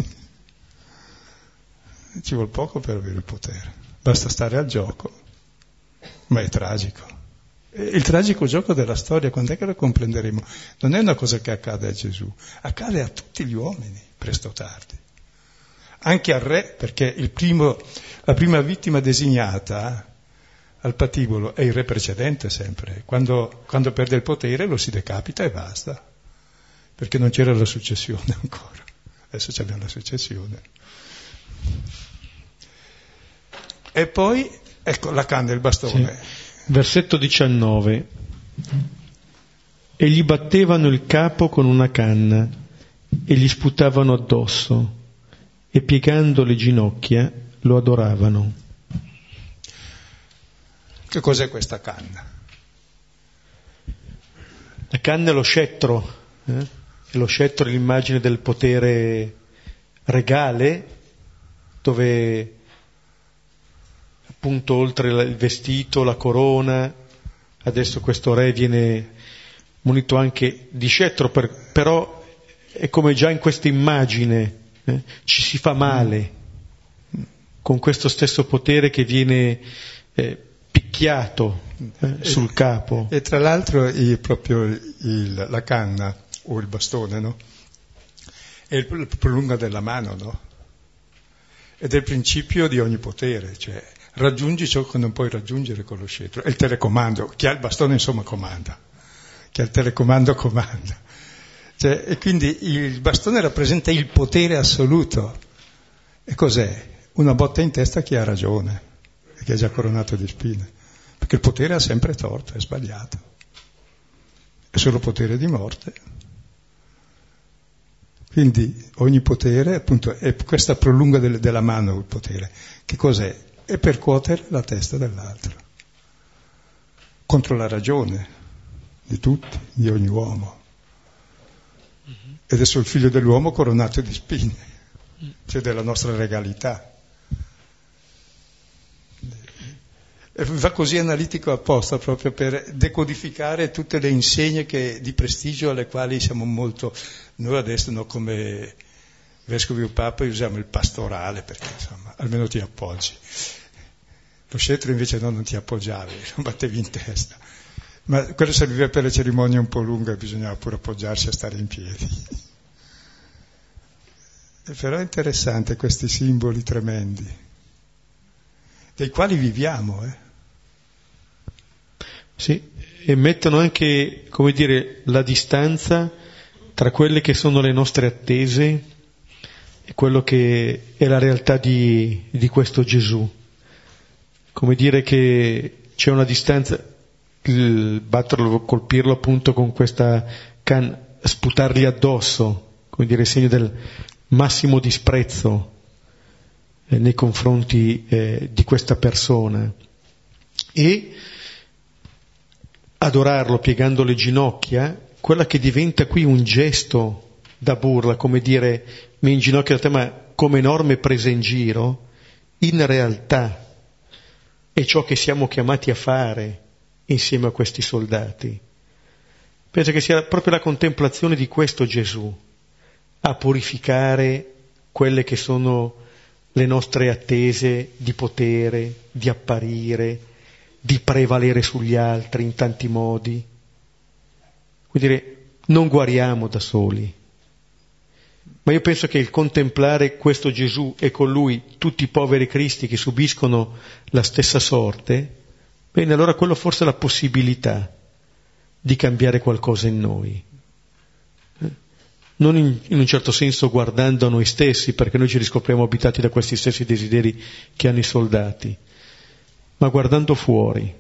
Ci vuole poco per avere il potere, basta stare al gioco, ma è tragico. E il tragico gioco della storia, quando è che lo comprenderemo? Non è una cosa che accade a Gesù, accade a tutti gli uomini, presto o tardi. Anche al re, perché il primo, la prima vittima designata al patibolo è il re precedente sempre. Quando, quando perde il potere lo si decapita e basta. Perché non c'era la successione ancora. Adesso c'abbiamo la successione. E poi, ecco, la canna e il bastone. Sì. Versetto diciannove. E gli battevano il capo con una canna e gli sputavano addosso e piegando le ginocchia lo adoravano. Che cos'è questa canna? La canna è lo scettro, eh? Lo scettro è l'immagine del potere regale, dove appunto oltre il vestito, la corona, adesso questo re viene munito anche di scettro, per, però è come già in questa immagine, eh? Ci si fa male con questo stesso potere che viene eh, picchiato eh, sul capo. E tra l'altro il, proprio il, la canna o il bastone, no? È il, il prolunga della mano, no? Ed è il principio di ogni potere, cioè raggiungi ciò che non puoi raggiungere con lo scettro. È il telecomando. Chi ha il bastone insomma comanda, chi ha il telecomando comanda. Cioè, e quindi il bastone rappresenta il potere assoluto. E cos'è? Una botta in testa a chi ha ragione, che è già coronato di spine, perché il potere ha sempre torto, è sbagliato, è solo potere di morte. Quindi ogni potere, appunto, è questa prolunga del, della mano il potere. Che cos'è? È percuotere la testa dell'altro, contro la ragione di tutti, di ogni uomo. Ed è solo il figlio dell'uomo coronato di spine, cioè della nostra regalità. E va così analitico apposta proprio per decodificare tutte le insegne che, di prestigio alle quali siamo molto... Noi adesso no, come vescovi o papa usiamo il pastorale perché insomma almeno ti appoggi. Lo scettro invece no, non ti appoggiavi, non battevi in testa. Ma quello serviva per le cerimonie un po' lunghe, bisognava pure appoggiarsi a stare in piedi. E però è interessante questi simboli tremendi, dei quali viviamo, eh. Sì, e mettono anche, come dire, la distanza tra quelle che sono le nostre attese e quello che è la realtà di, di questo Gesù. Come dire che c'è una distanza, il batterlo, colpirlo appunto con questa canna, sputargli addosso, come dire, segno del massimo disprezzo eh, nei confronti eh, di questa persona, e adorarlo piegando le ginocchia, quella che diventa qui un gesto da burla, come dire mi inginocchio da te, ma come enorme presa in giro, in realtà è ciò che siamo chiamati a fare insieme a questi soldati. Penso che sia proprio la contemplazione di questo Gesù a purificare quelle che sono le nostre attese di potere, di apparire, di prevalere sugli altri in tanti modi. Vuol dire, non guariamo da soli, ma io penso che il contemplare questo Gesù e con lui tutti i poveri cristi che subiscono la stessa sorte, bene, allora quello forse è la possibilità di cambiare qualcosa in noi. Non in, in un certo senso guardando a noi stessi, perché noi ci riscopriamo abitati da questi stessi desideri che hanno i soldati, ma guardando fuori.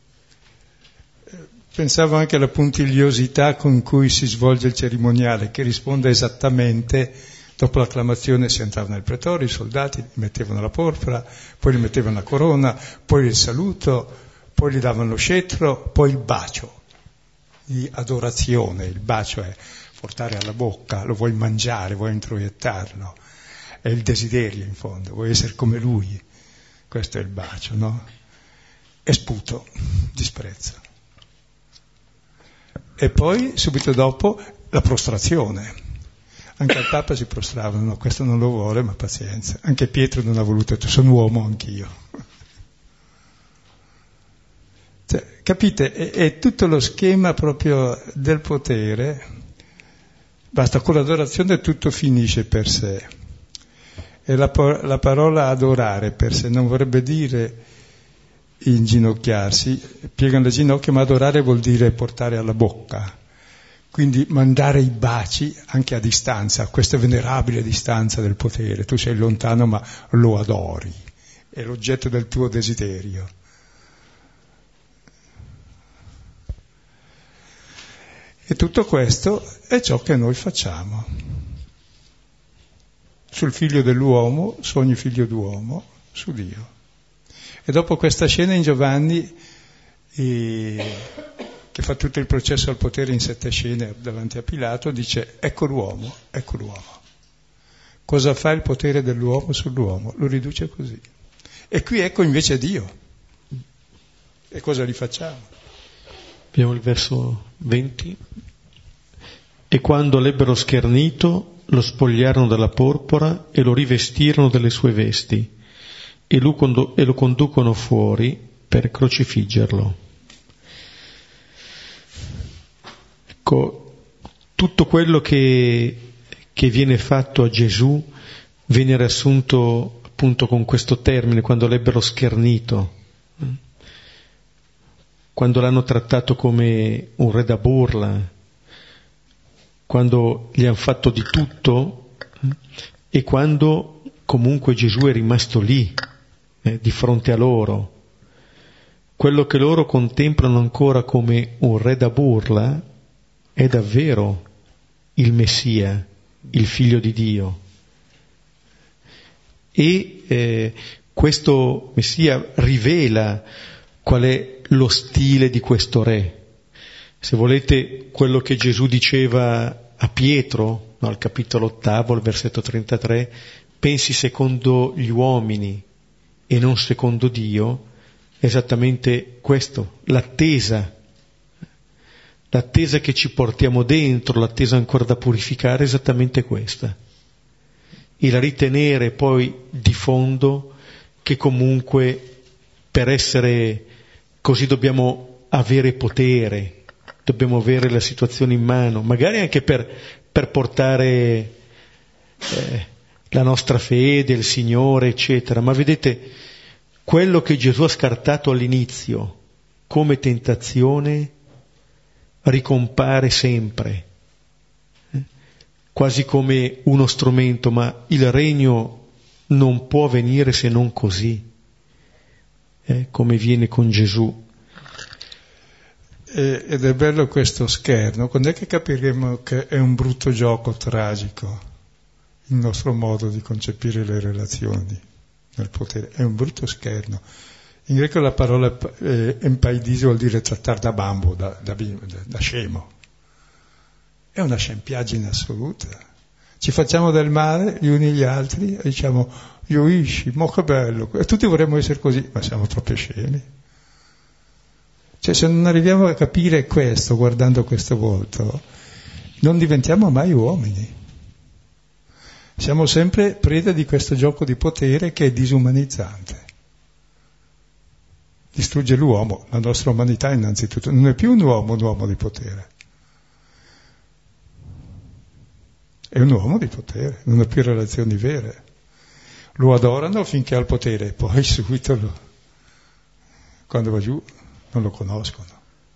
Pensavo anche alla puntigliosità con cui si svolge il cerimoniale, che risponde esattamente, dopo l'acclamazione si entrava nel pretorio, i soldati mettevano la porpora, poi gli mettevano la corona, poi il saluto, poi gli davano lo scettro, poi il bacio di adorazione. Il bacio è portare alla bocca, lo vuoi mangiare, vuoi introiettarlo, è il desiderio in fondo, vuoi essere come lui, questo è il bacio, no? E sputo, disprezzo. E poi subito dopo la prostrazione, anche al Papa si prostravano, no, questo non lo vuole, ma pazienza, anche Pietro non ha voluto, sono uomo anch'io. Cioè, capite, è, è tutto lo schema proprio del potere. Basta, con l'adorazione tutto finisce per sé. E la, la parola adorare per sé non vorrebbe dire inginocchiarsi, piegano le ginocchia, ma adorare vuol dire portare alla bocca. Quindi mandare i baci anche a distanza, a questa venerabile distanza del potere. Tu sei lontano ma lo adori. è l'oggetto del tuo desiderio. E tutto questo è ciò che noi facciamo. Sul figlio dell'uomo, su ogni figlio d'uomo, su Dio. E dopo questa scena in Giovanni, eh, che fa tutto il processo al potere in sette scene davanti a Pilato, dice: ecco l'uomo, ecco l'uomo. Cosa fa il potere dell'uomo sull'uomo? Lo riduce così. E qui ecco invece Dio. E cosa gli facciamo? Abbiamo il verso venti. E quando l'ebbero schernito, lo spogliarono della porpora e lo rivestirono delle sue vesti e lo, condu- e lo conducono fuori per crocifiggerlo. Ecco, tutto quello che, che viene fatto a Gesù viene riassunto appunto con questo termine, quando l'ebbero schernito, quando l'hanno trattato come un re da burla, quando gli hanno fatto di tutto e quando comunque Gesù è rimasto lì, eh, di fronte a loro. Quello che loro contemplano ancora come un re da burla è davvero il Messia, il Figlio di Dio. E eh, questo Messia rivela qual è lo stile di questo re. Se volete, quello che Gesù diceva a Pietro, no, al capitolo ottavo, al versetto trentatré, pensi secondo gli uomini e non secondo Dio, è esattamente questo, l'attesa, l'attesa che ci portiamo dentro, l'attesa ancora da purificare, è esattamente questa. E la ritenere poi di fondo che comunque per essere così dobbiamo avere potere, dobbiamo avere la situazione in mano, magari anche per, per portare eh, la nostra fede, il Signore, eccetera. Ma vedete, quello che Gesù ha scartato all'inizio come tentazione ricompare sempre, eh? quasi come uno strumento, ma il regno non può venire se non così, eh? come viene con Gesù. Ed è bello questo scherno. Quando è che capiremo che è un brutto gioco tragico il nostro modo di concepire le relazioni nel potere? È un brutto scherno. In greco la parola eh, empaidisi vuol dire trattare da bambo, da, da, da, da scemo. È una scempiaggine assoluta. Ci facciamo del male gli uni agli altri e diciamo: io isci, mo che bello, e tutti vorremmo essere così, ma siamo proprio scemi. Cioè, se non arriviamo a capire questo, guardando questo volto, non diventiamo mai uomini. Siamo sempre preda di questo gioco di potere che è disumanizzante. Distrugge l'uomo, la nostra umanità innanzitutto. Non è più un uomo, un uomo di potere. È un uomo di potere, non ha più relazioni vere. Lo adorano finché ha il potere, poi subito lo, quando va giù non lo conoscono.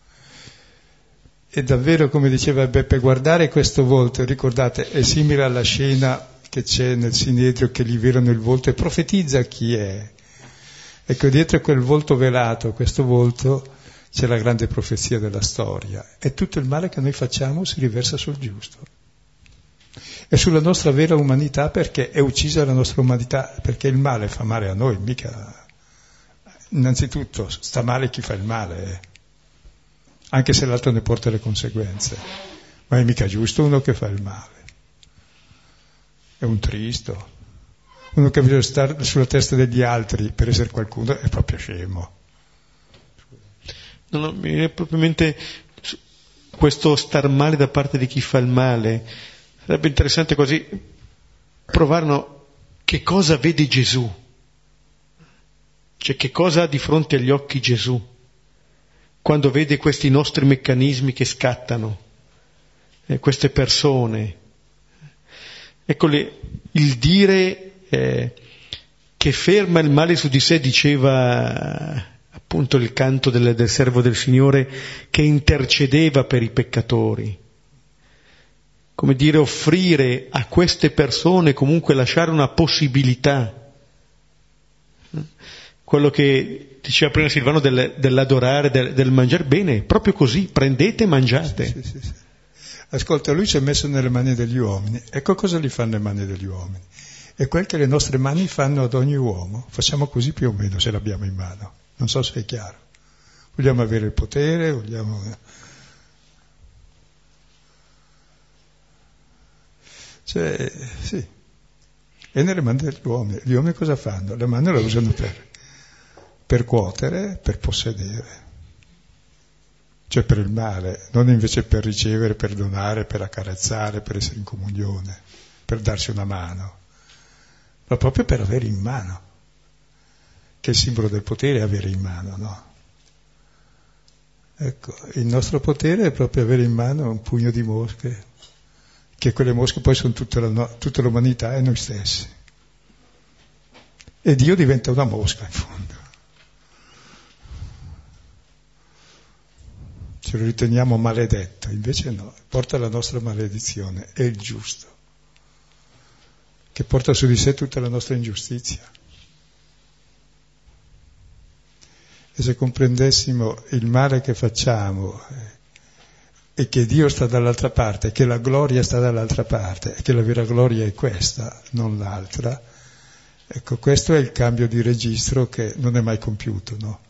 E davvero, come diceva Beppe, guardare questo volto, ricordate, è simile alla scena che c'è nel Sinedrio, che gli velano il volto e profetizza chi è. Ecco, dietro quel volto velato, questo volto, c'è la grande profezia della storia. E tutto il male che noi facciamo si riversa sul giusto. E sulla nostra vera umanità, perché è uccisa la nostra umanità, perché il male fa male a noi, mica... Innanzitutto sta male chi fa il male, eh. anche se l'altro ne porta le conseguenze, ma è mica giusto uno che fa il male. È un tristo. Uno che vuole stare sulla testa degli altri per essere qualcuno è proprio scemo. No, no, mi viene proprio in mente questo star male da parte di chi fa il male. Sarebbe interessante così provare, no, che cosa vede Gesù. Cioè, che cosa ha di fronte agli occhi Gesù quando vede questi nostri meccanismi che scattano, eh, queste persone. Ecco, le, il dire eh, che ferma il male su di sé, diceva appunto il canto del, del servo del Signore che intercedeva per i peccatori. Come dire, offrire a queste persone, comunque lasciare una possibilità Quello che diceva prima Silvano del, dell'adorare, del, del mangiare, bene, proprio così, prendete e mangiate. Sì, sì, sì. Ascolta, lui ci ha messo nelle mani degli uomini. Ecco cosa gli fanno le mani degli uomini. È quel che le nostre mani fanno ad ogni uomo. Facciamo così più o meno se l'abbiamo in mano. Non so se è chiaro. Vogliamo avere il potere, vogliamo... Cioè, sì. È nelle mani degli uomini. Gli uomini cosa fanno? Le mani le usano per, per cuotere, per possedere. Cioè per il male, non invece per ricevere, per donare, per accarezzare, per essere in comunione, per darsi una mano, ma proprio per avere in mano, che il simbolo del potere è avere in mano, no? Ecco, il nostro potere è proprio avere in mano un pugno di mosche, che quelle mosche poi sono tutta, la no- tutta l'umanità e noi stessi. E Dio diventa una mosca in fondo. Ce lo riteniamo maledetto, invece no, porta la nostra maledizione, è il giusto, che porta su di sé tutta la nostra ingiustizia. E se comprendessimo il male che facciamo eh, e che Dio sta dall'altra parte, che la gloria sta dall'altra parte, e che la vera gloria è questa, non l'altra, ecco, questo è il cambio di registro che non è mai compiuto, no?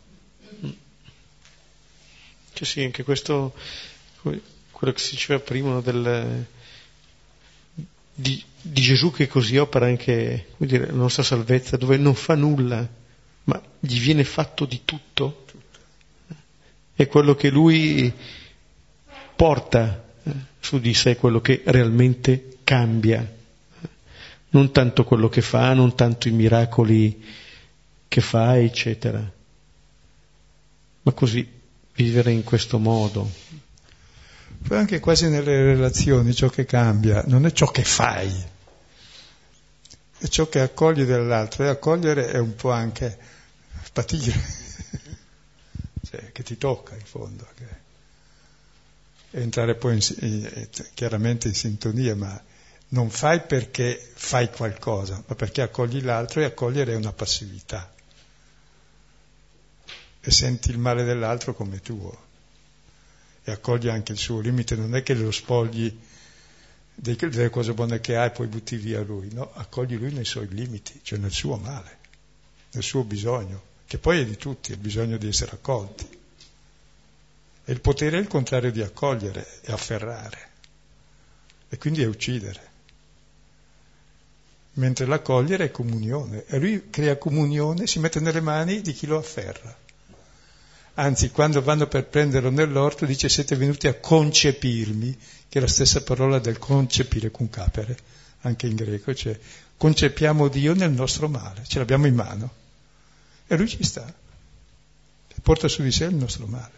Cioè sì, anche questo, quello che si diceva prima, no, del, di, di Gesù che così opera anche, come dire, la nostra salvezza, dove non fa nulla, ma gli viene fatto di tutto. È quello che lui porta su di sé, quello che realmente cambia. Non tanto quello che fa, non tanto i miracoli che fa, eccetera. Ma così. Vivere in questo modo. Poi anche quasi nelle relazioni ciò che cambia non è ciò che fai, è ciò che accogli dall'altro, e accogliere è un po' anche patire, cioè, che ti tocca in fondo, che entrare poi in, in, chiaramente in sintonia, ma non fai perché fai qualcosa, ma perché accogli l'altro, e accogliere è una passività. E senti il male dell'altro come tuo e accogli anche il suo limite, non è che lo spogli delle cose buone che ha e poi butti via lui, no, accogli lui nei suoi limiti, cioè nel suo male, nel suo bisogno, che poi è di tutti, il bisogno di essere accolti. E il potere è il contrario di accogliere, è afferrare, e quindi è uccidere, mentre l'accogliere è comunione, e lui crea comunione, si mette nelle mani di chi lo afferra. Anzi, quando vanno per prenderlo nell'orto, dice: siete venuti a concepirmi, che è la stessa parola del concepire, cum capere, anche in greco, cioè concepiamo Dio nel nostro male, ce l'abbiamo in mano. E lui ci sta, porta su di sé il nostro male.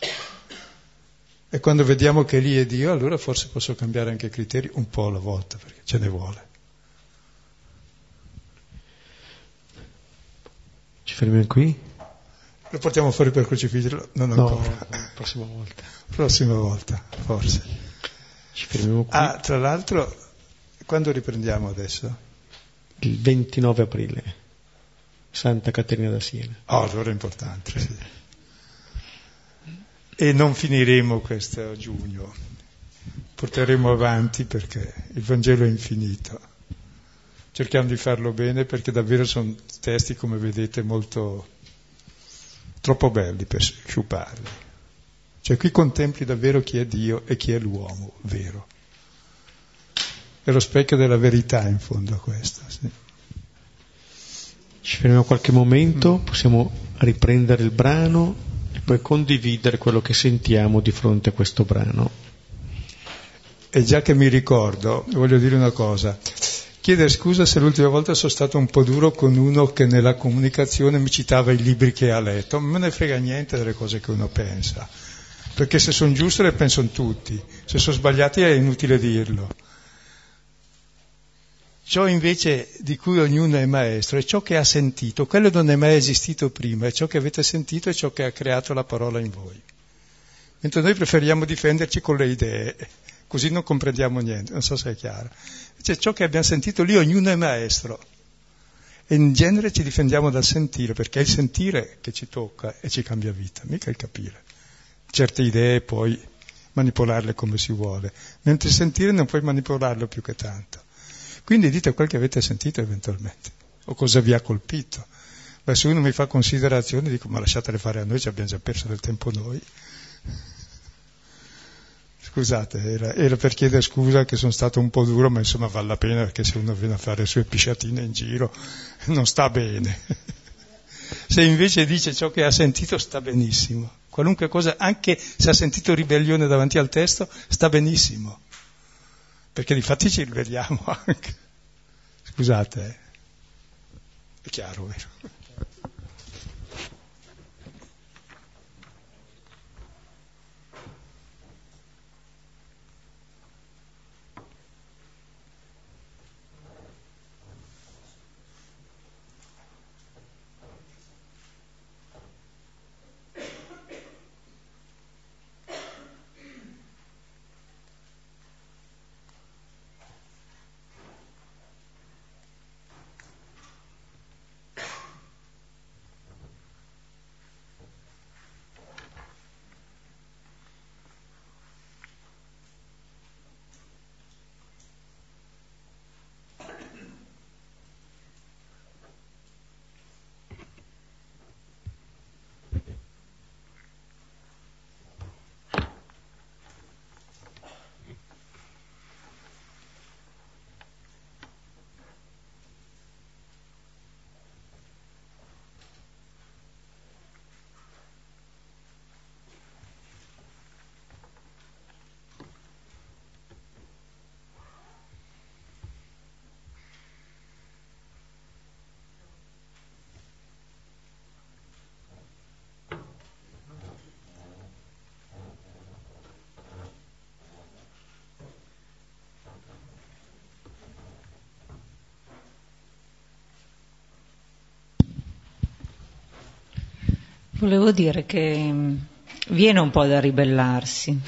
E quando vediamo che lì è Dio, allora forse posso cambiare anche i criteri un po' alla volta, perché ce ne vuole. Ci fermiamo qui? Lo portiamo fuori per crocifiggerlo? Non ancora. No, la prossima volta. Prossima volta, forse. Ci fermiamo qui. Ah, tra l'altro, quando riprendiamo adesso? Il ventinove aprile, Santa Caterina da Siena. Oh, allora è importante, sì. E non finiremo questo a giugno. Porteremo avanti perché il Vangelo è infinito. Cerchiamo di farlo bene perché davvero sono testi, come vedete, molto... troppo belli per sciuparli. Cioè qui contempli davvero chi è Dio e chi è l'uomo vero. È lo specchio della verità in fondo questo. Sì. Ci fermiamo qualche momento, mm. possiamo riprendere il brano e poi condividere quello che sentiamo di fronte a questo brano. E già che mi ricordo, voglio dire una cosa. Chiedere scusa se l'ultima volta sono stato un po' duro con uno che nella comunicazione mi citava i libri che ha letto. Non me ne frega niente delle cose che uno pensa, perché se sono giuste le pensano tutti, se sono sbagliati è inutile dirlo. Ciò invece di cui ognuno è maestro è ciò che ha sentito, quello non è mai esistito prima, è ciò che avete sentito e ciò che ha creato la parola in voi. Mentre noi preferiamo difenderci con le idee, così non comprendiamo niente, non so se è chiaro. Cioè, ciò che abbiamo sentito lì ognuno è maestro E in genere ci difendiamo dal sentire, perché è il sentire che ci tocca e ci cambia vita, mica il capire. Certe idee puoi manipolarle come si vuole, mentre il sentire non puoi manipolarlo più che tanto. Quindi dite quel che avete sentito eventualmente, o cosa vi ha colpito. Beh, se uno mi fa considerazioni dico, ma lasciatele fare a noi, ci abbiamo già perso del tempo noi. Scusate, era, era per chiedere scusa che sono stato un po' duro, ma insomma vale la pena, perché se uno viene a fare le sue pisciatine in giro non sta bene. Se invece dice ciò che ha sentito sta benissimo. Qualunque cosa, anche se ha sentito ribellione davanti al testo, sta benissimo. Perché difatti ci ribelliamo anche. Scusate, eh. È chiaro, vero? Volevo dire che viene un po' da ribellarsi,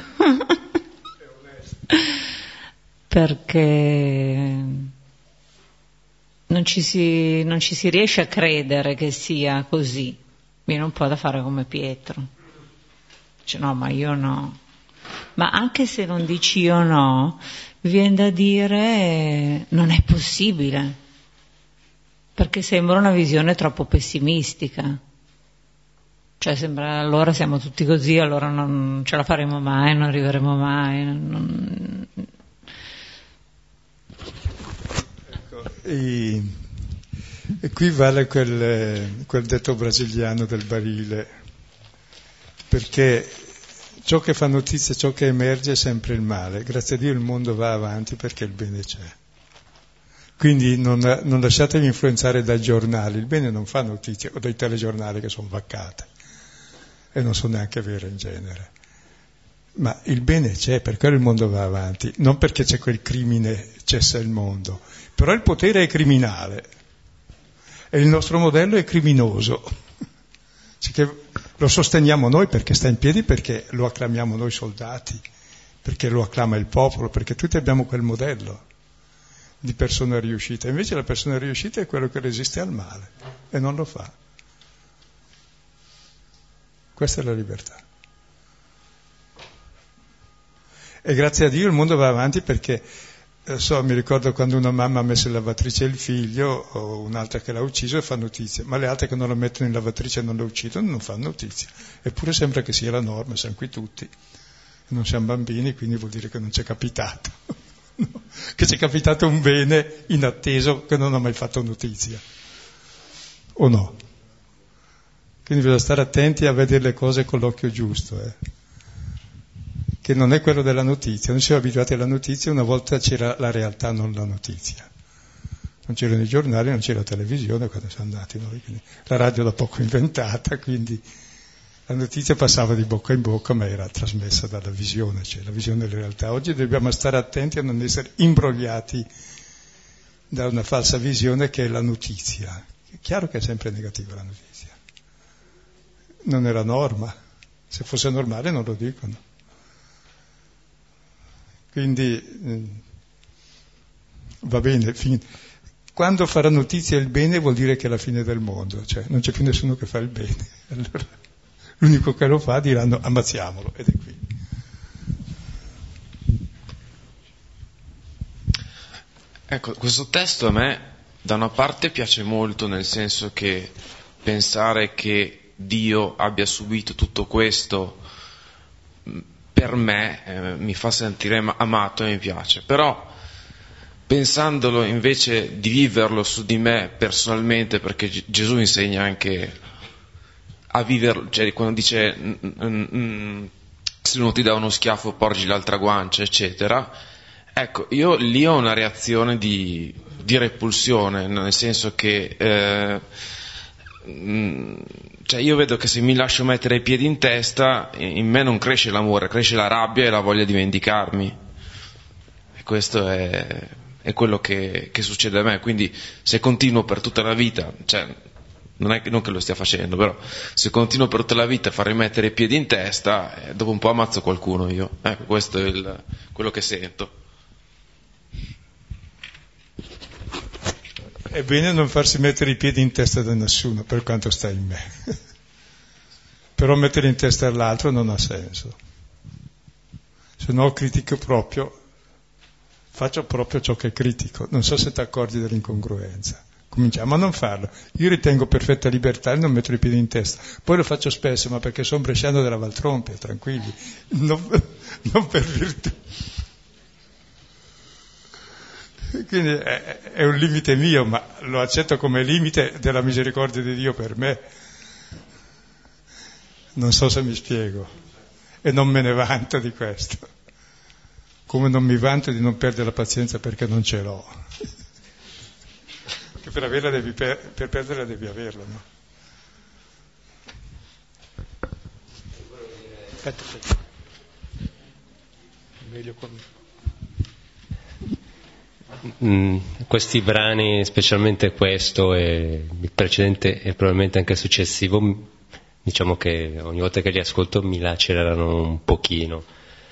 perché non ci, si, non ci si riesce a credere che sia così, viene un po' da fare come Pietro, dice no ma io no, ma anche se non dici io no, viene da dire non è possibile, perché sembra una visione troppo pessimistica. Cioè sembra, allora siamo tutti così, allora non ce la faremo mai, non arriveremo mai. Non... Ecco, e, e qui vale quel, quel detto brasiliano del barile, perché ciò che fa notizia, ciò che emerge è sempre il male. Grazie a Dio il mondo va avanti perché il bene c'è. Quindi non, non lasciatevi influenzare dai giornali, il bene non fa notizia, o dai telegiornali che sono vaccate. E non sono neanche vere in genere. Ma il bene c'è, per quello il mondo va avanti, non perché c'è quel crimine cessa il mondo. Però il potere è criminale e il nostro modello è criminoso. Lo sosteniamo noi perché sta in piedi, perché lo acclamiamo noi soldati, perché lo acclama il popolo, perché tutti abbiamo quel modello di persona riuscita. Invece la persona riuscita è quello che resiste al male e non lo fa. Questa è la libertà. E grazie a Dio il mondo va avanti perché, eh, so, mi ricordo quando una mamma ha messo in lavatrice il figlio, o un'altra che l'ha ucciso e fa notizia, ma le altre che non lo mettono in lavatrice e non lo uccidono non fanno notizia. Eppure sembra che sia la norma, siamo qui tutti. Non siamo bambini, quindi vuol dire che non ci è capitato. No? Che ci è capitato un bene inatteso che non ha mai fatto notizia. O no? Quindi bisogna stare attenti a vedere le cose con l'occhio giusto, eh. Che non è quello della notizia. Noi siamo abituati alla notizia, una volta c'era la realtà, non la notizia. Non c'erano i giornali, non c'era la televisione quando siamo andati noi, quindi la radio da poco inventata, quindi la notizia passava di bocca in bocca, ma era trasmessa dalla visione, cioè la visione della realtà. Oggi dobbiamo stare attenti a non essere imbrogliati da una falsa visione che è la notizia. È chiaro che è sempre negativa la notizia. Non è la norma, se fosse normale non lo dicono. Quindi eh, va bene, fin... quando farà notizia il bene vuol dire che è la fine del mondo, cioè non c'è più nessuno che fa il bene. Allora, l'unico che lo fa diranno ammazziamolo, ed è qui. Ecco, questo testo a me da una parte piace molto, nel senso che pensare che Dio abbia subito tutto questo per me eh, mi fa sentire amato e mi piace, però pensandolo invece di viverlo su di me personalmente, perché G- Gesù insegna anche a viverlo, cioè quando dice mm, mm, se uno ti dà uno schiaffo porgi l'altra guancia, eccetera, ecco, io lì ho una reazione di, di repulsione, nel senso che eh, mm, cioè io vedo che se mi lascio mettere i piedi in testa, in me non cresce l'amore, cresce la rabbia e la voglia di vendicarmi, e questo è, è quello che, che succede a me. Quindi se continuo per tutta la vita, cioè non è che, non che lo stia facendo, però se continuo per tutta la vita a far rimettere i piedi in testa, eh, dopo un po' ammazzo qualcuno io, ecco, questo è il, quello che sento. È bene non farsi mettere i piedi in testa da nessuno, per quanto sta in me. Però mettere in testa all'altro non ha senso. Se no critico proprio, faccio proprio ciò che critico. Non so se ti accorgi dell'incongruenza. Cominciamo a non farlo. Io ritengo perfetta libertà il non mettere i piedi in testa. Poi lo faccio spesso, ma perché sono bresciano della Valtrompia, tranquilli. Non, non per virtù. Quindi è, è un limite mio, ma lo accetto come limite della misericordia di Dio per me. Non so se mi spiego. E non me ne vanto di questo. Come non mi vanto di non perdere la pazienza perché non ce l'ho. Che per averla devi per, per perderla devi averla, no? Aspetta, aspetta. Meglio con... Mm, questi brani, specialmente questo e il precedente e probabilmente anche il successivo, diciamo che ogni volta che li ascolto mi lacerano un pochino,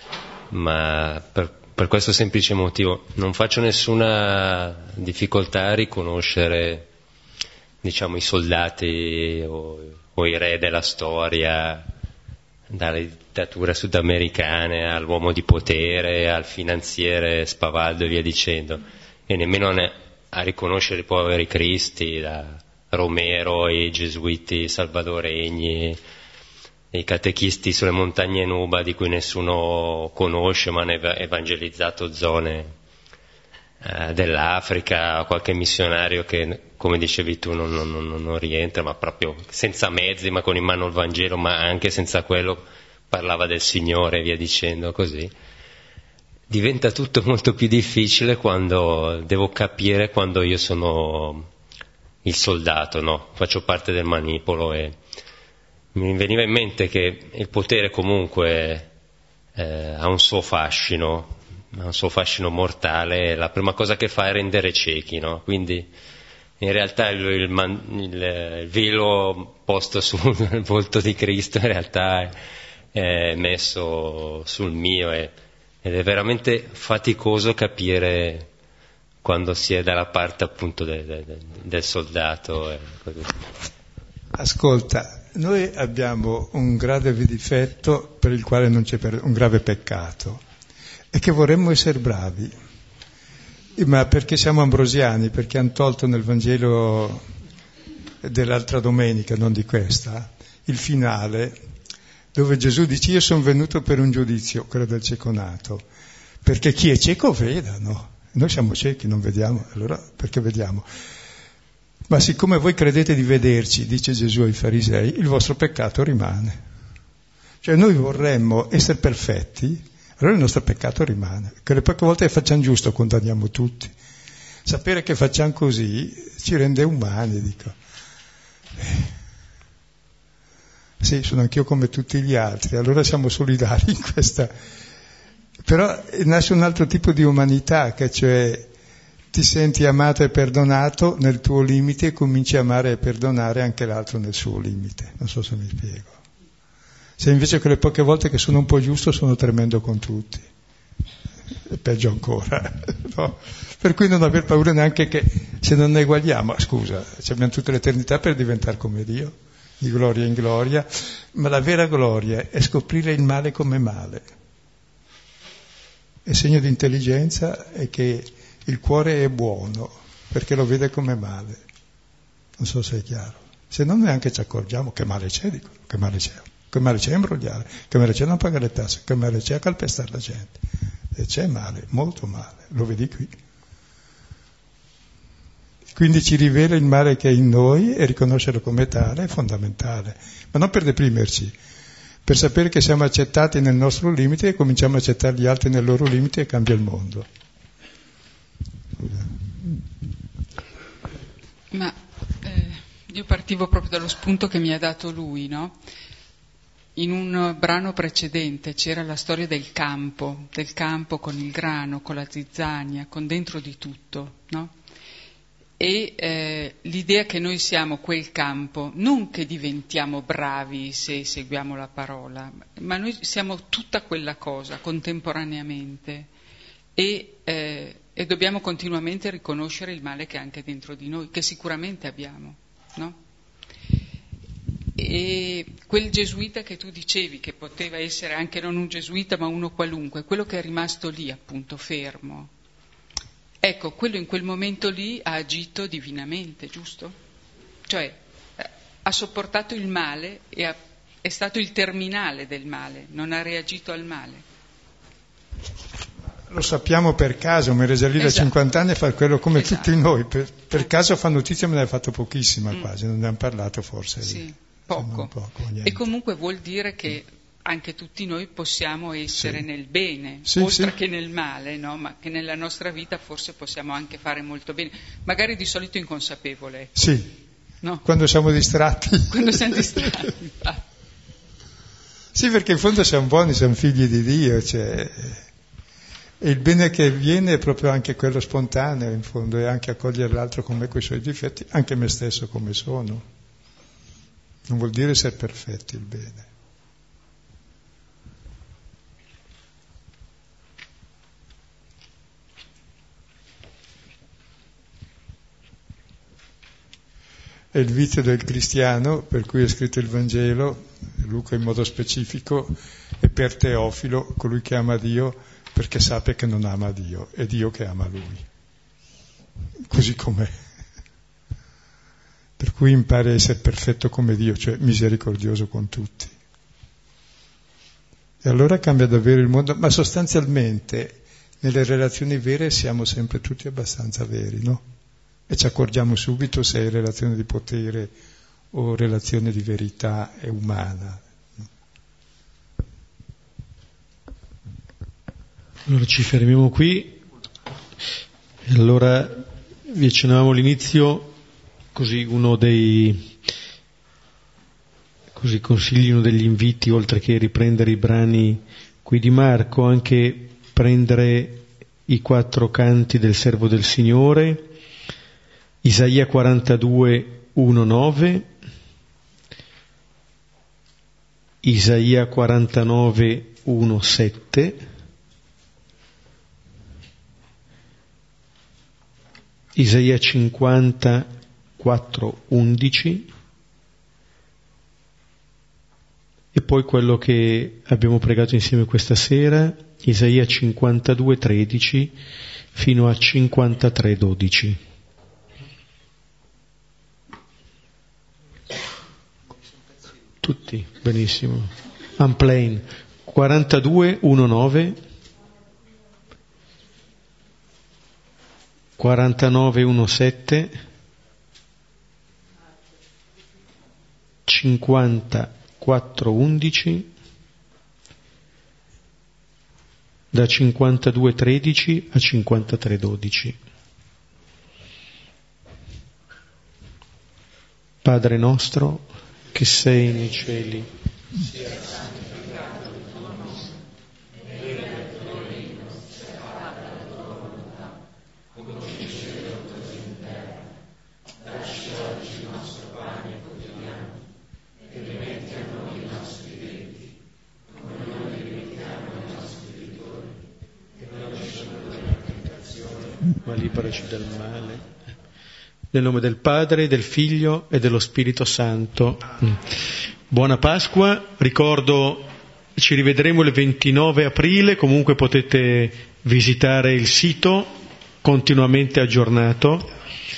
ma per, per questo semplice motivo non faccio nessuna difficoltà a riconoscere, diciamo, i soldati o, o i re della storia, dalle dittature sudamericane all'uomo di potere, al finanziere spavaldo e via dicendo, e nemmeno a riconoscere i poveri cristi, da Romero, i gesuiti salvadoregni, i catechisti sulle montagne Nuba di cui nessuno conosce ma hanno evangelizzato zone eh, dell'Africa, qualche missionario che, come dicevi tu, non, non, non, non rientra, ma proprio senza mezzi, ma con in mano il Vangelo, ma anche senza quello parlava del Signore e via dicendo così. Diventa tutto molto più difficile quando devo capire quando io sono il soldato, no? Faccio parte del manipolo, e mi veniva in mente che il potere comunque eh, ha un suo fascino, ha un suo fascino mortale, e la prima cosa che fa è rendere ciechi, no? Quindi in realtà il, il, man, il, il velo posto sul volto di Cristo in realtà è, è messo sul mio, e, ed è veramente faticoso capire quando si è dalla parte appunto de, de, de, del soldato. E così. Ascolta, noi abbiamo un grave difetto per il quale non c'è per, un grave peccato, e che vorremmo essere bravi, ma perché siamo ambrosiani, perché hanno tolto nel Vangelo dell'altra domenica, non di questa, il finale, dove Gesù dice: io sono venuto per un giudizio, quello del cieco nato, perché chi è cieco veda, no? Noi siamo ciechi, non vediamo, allora perché vediamo? Ma siccome voi credete di vederci, dice Gesù ai farisei, il vostro peccato rimane. Cioè noi vorremmo essere perfetti, allora il nostro peccato rimane. Che le poche volte che facciamo giusto condanniamo tutti. Sapere che facciamo così ci rende umani, dico. Sì, sono anch'io come tutti gli altri, allora siamo solidari in questa. Però nasce un altro tipo di umanità, che cioè ti senti amato e perdonato nel tuo limite e cominci a amare e perdonare anche l'altro nel suo limite. Non so se mi spiego. Se invece quelle poche volte che sono un po' giusto sono tremendo con tutti. E peggio ancora. no? Per cui non aver paura neanche che se non ne eguagliamo, scusa, abbiamo tutta l'eternità per diventare come Dio, di gloria in gloria, ma la vera gloria è scoprire il male come male. Il segno di intelligenza è che il cuore è buono, perché lo vede come male. Non so se è chiaro. Se non neanche ci accorgiamo che male c'è, dico, che male c'è. Che male c'è a imbrogliare, che male c'è a non pagare le tasse, che male c'è a calpestare la gente. E c'è male, molto male, lo vedi qui. Quindi ci rivela il male che è in noi e riconoscerlo come tale è fondamentale, ma non per deprimerci, per sapere che siamo accettati nel nostro limite e cominciamo a accettare gli altri nel loro limite e cambia il mondo. Ma eh, io partivo proprio dallo spunto che mi ha dato lui, no? In un brano precedente c'era la storia del campo, del campo con il grano, con la zizzania, con dentro di tutto, no? E eh, l'idea che noi siamo quel campo, non che diventiamo bravi se seguiamo la parola, ma noi siamo tutta quella cosa contemporaneamente e, eh, e dobbiamo continuamente riconoscere il male che è anche dentro di noi, che sicuramente abbiamo, no? E quel gesuita che tu dicevi, che poteva essere anche non un gesuita ma uno qualunque, quello che è rimasto lì appunto fermo, ecco, quello in quel momento lì ha agito divinamente, giusto? Cioè ha sopportato il male e ha, è stato il terminale del male, non ha reagito al male. Lo sappiamo per caso, mi resa lì da esatto. cinquanta anni a fare quello come esatto. tutti noi, per, per caso fa notizia, me ne ha fatto pochissima mm. quasi, non ne hanno parlato forse. Sì. Poco. poco e comunque vuol dire che anche tutti noi possiamo essere sì. nel bene, sì, oltre sì. che nel male, no? Ma che nella nostra vita forse possiamo anche fare molto bene, magari di solito inconsapevole. Sì, no? Quando siamo distratti. Quando siamo distratti, infatti. Sì, perché in fondo siamo buoni, siamo figli di Dio, cioè, e il bene che viene è proprio anche quello spontaneo, in fondo, è anche accogliere l'altro come coi suoi difetti, anche me stesso come sono. Non vuol dire essere perfetti il bene. È il vizio del cristiano, per cui è scritto il Vangelo, Luca in modo specifico, è per Teofilo, colui che ama Dio, perché sappia che non ama Dio, è Dio che ama lui. Così com'è. Per cui impari a essere perfetto come Dio, cioè misericordioso con tutti. E allora cambia davvero il mondo, ma sostanzialmente nelle relazioni vere siamo sempre tutti abbastanza veri, no? E ci accorgiamo subito se è relazione di potere o relazione di verità è umana. Allora ci fermiamo qui. E allora vi accennavamo all'inizio. Così uno dei così consigli, uno degli inviti, oltre che riprendere i brani qui di Marco, anche prendere i quattro canti del servo del Signore, Isaia quarantadue, uno nove, Isaia quarantanove, uno sette, Isaia cinquanta, quattro undici e poi quello che abbiamo pregato insieme questa sera, Isaia cinquantadue tredici fino a cinquantatré dodici. Tutti, benissimo. Unplain, quarantadue uno nove, quarantanove uno sette, cinquantaquattro undici, da cinquantadue tredici a cinquantatré dodici. Padre nostro che sei nei cieli, sia santificato il tuo nome, venga il tuo regno, sia fatta la tua volontà, come in cielo così in terra. Dacci oggi il nostro pane quotidiano e rimetti a noi i nostri debiti, come noi rimettiamo ai nostri debitori, e non ci condurre alla tentazione, ma liberaci dal male. Nel nome del Padre, del Figlio e dello Spirito Santo. Buona Pasqua, ricordo ci rivedremo il ventinove aprile, comunque potete visitare il sito continuamente aggiornato